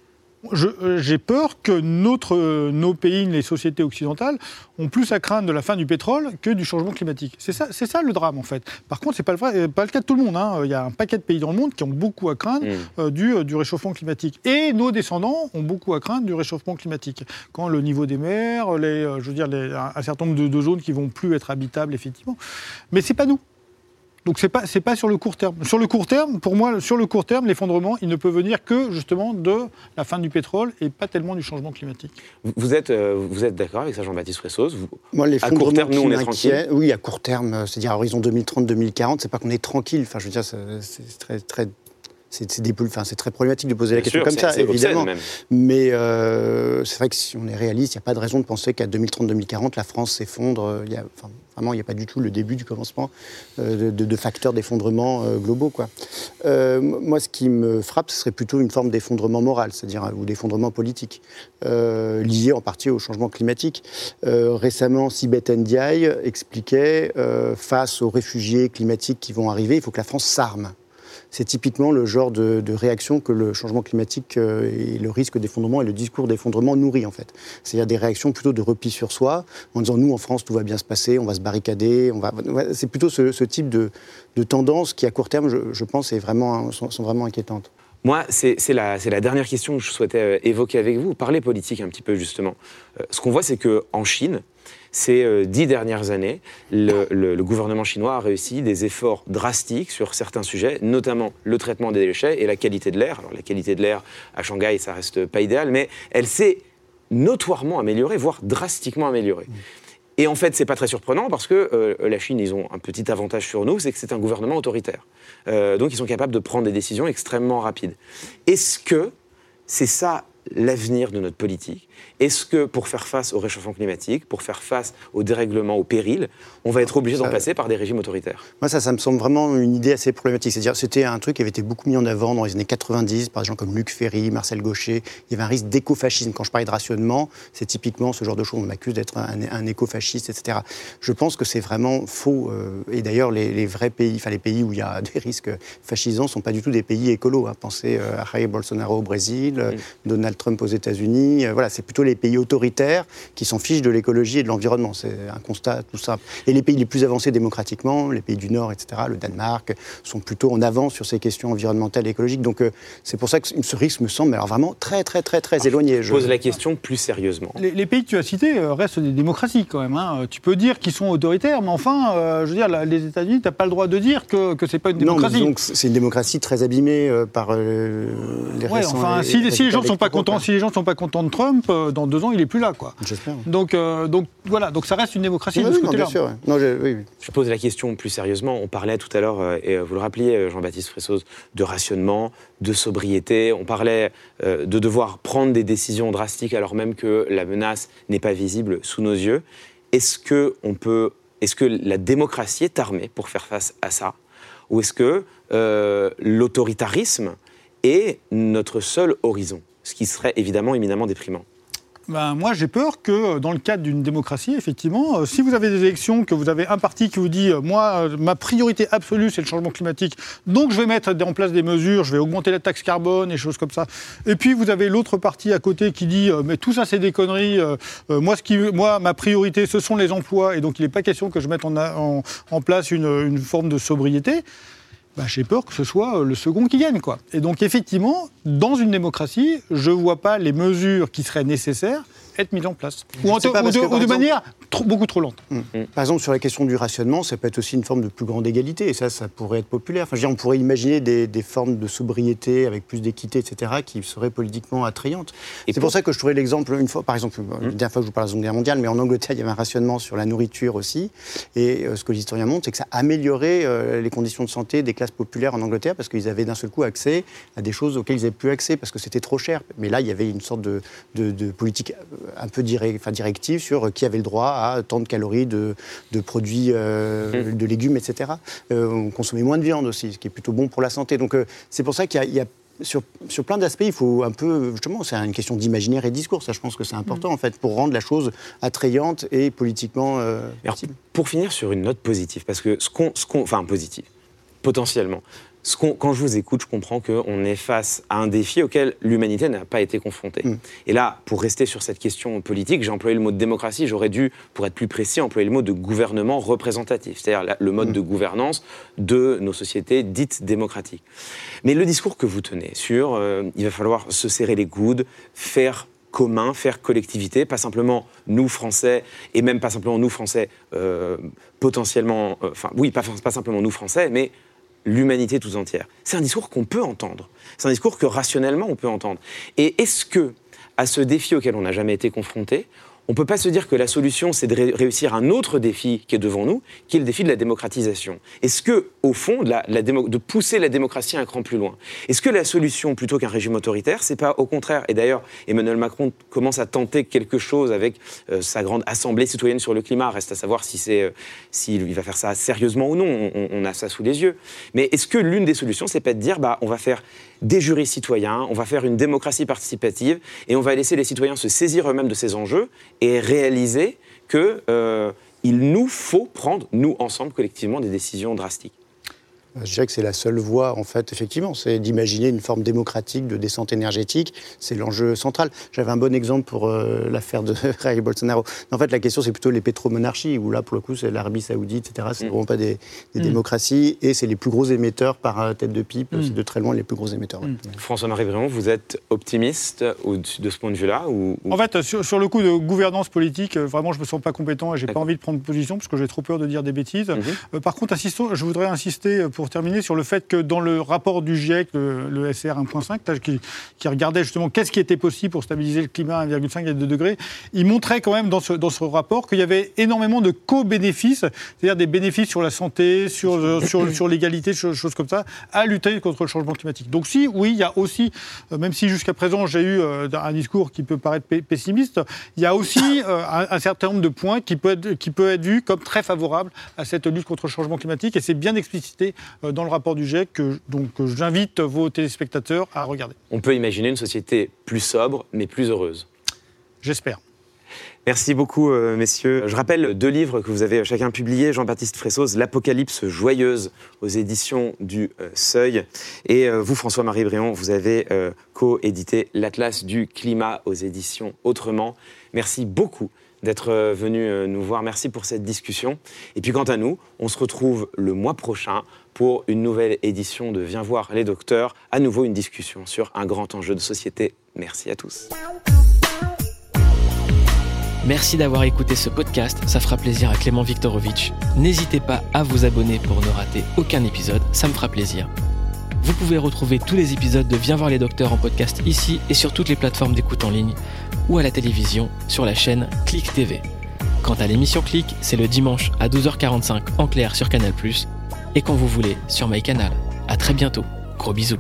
J'ai peur que nos pays, les sociétés occidentales, ont plus à craindre de la fin du pétrole que du changement climatique. C'est ça le drame, en fait. Par contre, ce n'est pas le cas de tout le monde. Il y a un paquet de pays dans le monde qui ont beaucoup à craindre du réchauffement climatique. Et nos descendants ont beaucoup à craindre du réchauffement climatique. Quand le niveau des mers, un certain nombre de zones qui ne vont plus être habitables, effectivement. Mais ce n'est pas nous. Donc c'est pas sur le court terme. Sur le court terme, pour moi, l'effondrement, il ne peut venir que justement de la fin du pétrole et pas tellement du changement climatique. Vous êtes d'accord avec ça, Jean-Baptiste Fressoz? Moi, à court terme, nous, on est tranquille. Oui, à court terme, c'est-à-dire à horizon 2030-2040, c'est pas qu'on est tranquille. Enfin, je veux dire, c'est très, très. C'est très problématique de poser la question comme ça, évidemment. Mais c'est vrai que si on est réaliste, il n'y a pas de raison de penser qu'à 2030-2040, la France s'effondre. Vraiment, il n'y a pas du tout le début du commencement de facteurs d'effondrement globaux, quoi. Moi, ce qui me frappe, ce serait plutôt une forme d'effondrement moral, c'est-à-dire ou d'effondrement politique, lié en partie au changement climatique. Récemment, Sibeth Ndiaye expliquait, face aux réfugiés climatiques qui vont arriver, il faut que la France s'arme. C'est typiquement le genre de réaction que le changement climatique et le risque d'effondrement et le discours d'effondrement nourrit, en fait. C'est-à-dire des réactions plutôt de repli sur soi, en disant, nous, en France, tout va bien se passer, on va se barricader. C'est plutôt ce type de tendance qui, à court terme, je pense, sont vraiment inquiétantes. Moi, c'est la dernière question que je souhaitais évoquer avec vous. Parler politique un petit peu, justement. Ce qu'on voit, c'est qu'en Chine, ces 10 dernières années, le gouvernement chinois a réussi des efforts drastiques sur certains sujets, notamment le traitement des déchets et la qualité de l'air. Alors la qualité de l'air à Shanghai, ça reste pas idéal, mais elle s'est notoirement améliorée, voire drastiquement améliorée. Et en fait, c'est pas très surprenant parce que la Chine, ils ont un petit avantage sur nous, c'est que c'est un gouvernement autoritaire. Donc ils sont capables de prendre des décisions extrêmement rapides. Est-ce que c'est ça l'avenir de notre politique? Est-ce que pour faire face au réchauffement climatique, pour faire face au dérèglement, au péril, on va être obligé d'en passer par des régimes autoritaires? Moi, ça me semble vraiment une idée assez problématique. C'est-à-dire, c'était un truc qui avait été beaucoup mis en avant dans les années 90 par des gens comme Luc Ferry, Marcel Gauchet. Il y avait un risque d'écofascisme. Quand je parlais de rationnement, c'est typiquement ce genre de choses. On m'accuse d'être un écofasciste, etc. Je pense que c'est vraiment faux. Et d'ailleurs, les vrais pays, les pays où il y a des risques fascisants, ne sont pas du tout des pays écolos. Pensez à Jair Bolsonaro au Brésil, Donald Trump aux États-Unis. Voilà, c'est plutôt les pays autoritaires qui s'en fichent de l'écologie et de l'environnement. C'est un constat tout simple. Et les pays les plus avancés démocratiquement, les pays du Nord, etc., le Danemark, sont plutôt en avance sur ces questions environnementales et écologiques. Donc c'est pour ça que ce risque me semble vraiment très, très, très, très éloigné. Je pose la question plus sérieusement. Les pays que tu as cités restent des démocraties quand même. Tu peux dire qu'ils sont autoritaires, mais enfin, je veux dire, les États-Unis, tu n'as pas le droit de dire que c'est pas une démocratie. Non, mais donc c'est une démocratie très abîmée par les récents... Enfin, si les gens ne sont pas contents, de Trump, dans 2 ans, il n'est plus là, quoi. J'espère. Donc voilà, donc ça reste une démocratie de ce côté-là. Bien sûr, oui. Je pose la question plus sérieusement. On parlait tout à l'heure, et vous le rappeliez, Jean-Baptiste Fressoz, de rationnement, de sobriété. On parlait de devoir prendre des décisions drastiques alors même que la menace n'est pas visible sous nos yeux. Est-ce que la démocratie est armée pour faire face à ça? Ou est-ce que l'autoritarisme est notre seul horizon? Ce qui serait évidemment éminemment déprimant. Moi, j'ai peur que, dans le cadre d'une démocratie, effectivement, si vous avez des élections, que vous avez un parti qui vous dit « Moi, ma priorité absolue, c'est le changement climatique, donc je vais mettre en place des mesures, je vais augmenter la taxe carbone, et choses comme ça. » Et puis, vous avez l'autre parti à côté qui dit « Mais tout ça, c'est des conneries. Moi, ma priorité, ce sont les emplois, et donc il n'est pas question que je mette en place une forme de sobriété. » J'ai peur que ce soit le second qui gagne, quoi. Et donc, effectivement, dans une démocratie, je ne vois pas les mesures qui seraient nécessaires être mises en place. Ou de manière beaucoup trop lente. Par exemple, sur la question du rationnement, ça peut être aussi une forme de plus grande égalité, et ça pourrait être populaire. Enfin, on pourrait imaginer des formes de sobriété avec plus d'équité, etc., qui seraient politiquement attrayantes. C'est pour ça que je trouvais l'exemple, une fois, par exemple, la dernière fois que je vous parle de la Seconde Guerre mondiale, mais en Angleterre, il y avait un rationnement sur la nourriture aussi, et ce que les historiens montrent, c'est que ça a amélioré les conditions de santé des classes populaires en Angleterre, parce qu'ils avaient d'un seul coup accès à des choses auxquelles ils n'avaient plus accès, parce que c'était trop cher. Mais là, il y avait une sorte de politique un peu directive sur qui avait le droit à tant de calories de produits, de légumes, etc. On consommait moins de viande aussi, ce qui est plutôt bon pour la santé. Donc c'est pour ça qu'il y a sur plein d'aspects, il faut un peu, justement, c'est une question d'imaginaire et de discours. Ça, je pense que c'est important, en fait, pour rendre la chose attrayante et politiquement possible. Pour finir sur une note positive, parce que positive, potentiellement. Quand je vous écoute, je comprends qu'on est face à un défi auquel l'humanité n'a pas été confrontée. Et là, pour rester sur cette question politique, j'ai employé le mot de démocratie. J'aurais dû, pour être plus précis, employer le mot de gouvernement représentatif, c'est-à-dire le mode de gouvernance de nos sociétés dites démocratiques. Mais le discours que vous tenez sur il va falloir se serrer les coudes, faire commun, faire collectivité, pas simplement nous Français, et même pas simplement nous Français potentiellement, pas simplement nous Français, mais l'humanité tout entière. C'est un discours qu'on peut entendre. C'est un discours que rationnellement on peut entendre. Et est-ce que, à ce défi auquel on n'a jamais été confronté, on ne peut pas se dire que la solution, c'est de réussir un autre défi qui est devant nous, qui est le défi de la démocratisation. Est-ce que, au fond, de pousser la démocratie un cran plus loin, est-ce que la solution, plutôt qu'un régime autoritaire, c'est pas au contraire, et d'ailleurs, Emmanuel Macron commence à tenter quelque chose avec sa grande assemblée citoyenne sur le climat, reste à savoir s'il va faire ça sérieusement ou non, on a ça sous les yeux. Mais est-ce que l'une des solutions, c'est pas de dire, on va faire des jurys citoyens, on va faire une démocratie participative, et on va laisser les citoyens se saisir eux-mêmes de ces enjeux, et réaliser qu'il nous faut prendre, nous, ensemble, collectivement, des décisions drastiques. Je dirais que c'est la seule voie, en fait, effectivement, c'est d'imaginer une forme démocratique de descente énergétique. C'est l'enjeu central. J'avais un bon exemple pour l'affaire de Jair Bolsonaro. En fait, la question, c'est plutôt les pétromonarchies, où là, pour le coup, c'est l'Arabie Saoudite, etc. C'est vraiment pas des démocraties, et c'est les plus gros émetteurs par tête de pipe. C'est de très loin les plus gros émetteurs. Ouais. François-Marie Bréon, vous êtes optimiste de ce point de vue-là ou... En fait, sur le coup de gouvernance politique, vraiment, je me sens pas compétent et j'ai pas envie de prendre position, parce que j'ai trop peur de dire des bêtises. Par contre, je voudrais insister pour terminer sur le fait que dans le rapport du GIEC, le SR 1.5, qui regardait justement qu'est-ce qui était possible pour stabiliser le climat à 1,5 et 2 degrés, il montrait quand même dans ce rapport qu'il y avait énormément de co-bénéfices, c'est-à-dire des bénéfices sur la santé, sur l'égalité, choses comme ça, à lutter contre le changement climatique. Donc oui, il y a aussi, même si jusqu'à présent j'ai eu un discours qui peut paraître pessimiste, il y a aussi un certain nombre de points qui peut être vu comme très favorables à cette lutte contre le changement climatique, et c'est bien explicité dans le rapport du GIEC que j'invite vos téléspectateurs à regarder. On peut imaginer une société plus sobre, mais plus heureuse. J'espère. Merci beaucoup, messieurs. Je rappelle 2 livres que vous avez chacun publiés. Jean-Baptiste Fressoz, L'Apocalypse joyeuse, aux éditions du Seuil. Et vous, François-Marie Bréon, vous avez co-édité L'Atlas du climat aux éditions Autrement. Merci beaucoup d'être venu nous voir. Merci pour cette discussion. Et puis quant à nous, on se retrouve le mois prochain pour une nouvelle édition de Viens voir les docteurs. À nouveau une discussion sur un grand enjeu de société. Merci à tous. Merci d'avoir écouté ce podcast, ça fera plaisir à Clément Viktorovitch. N'hésitez pas à vous abonner pour ne rater aucun épisode, ça me fera plaisir. Vous pouvez retrouver tous les épisodes de Viens voir les docteurs en podcast ici et sur toutes les plateformes d'écoute en ligne ou à la télévision sur la chaîne Click TV. Quant à l'émission Click, c'est le dimanche à 12h45 en clair sur Canal+, et quand vous voulez sur MyCanal. À très bientôt. Gros bisous.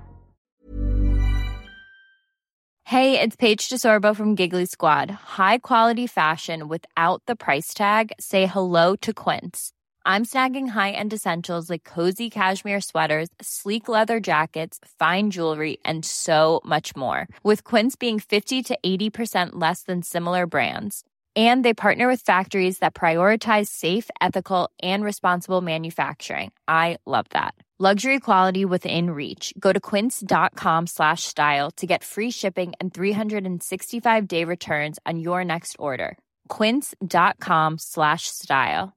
Hey, it's Paige DeSorbo from Giggly Squad. High quality fashion without the price tag. Say hello to Quince. I'm snagging high-end essentials like cozy cashmere sweaters, sleek leather jackets, fine jewelry, and so much more. With Quince being 50 to 80% less than similar brands. And they partner with factories that prioritize safe, ethical, and responsible manufacturing. I love that. Luxury quality within reach. Go to quince.com/style to get free shipping and 365-day returns on your next order. Quince.com/style.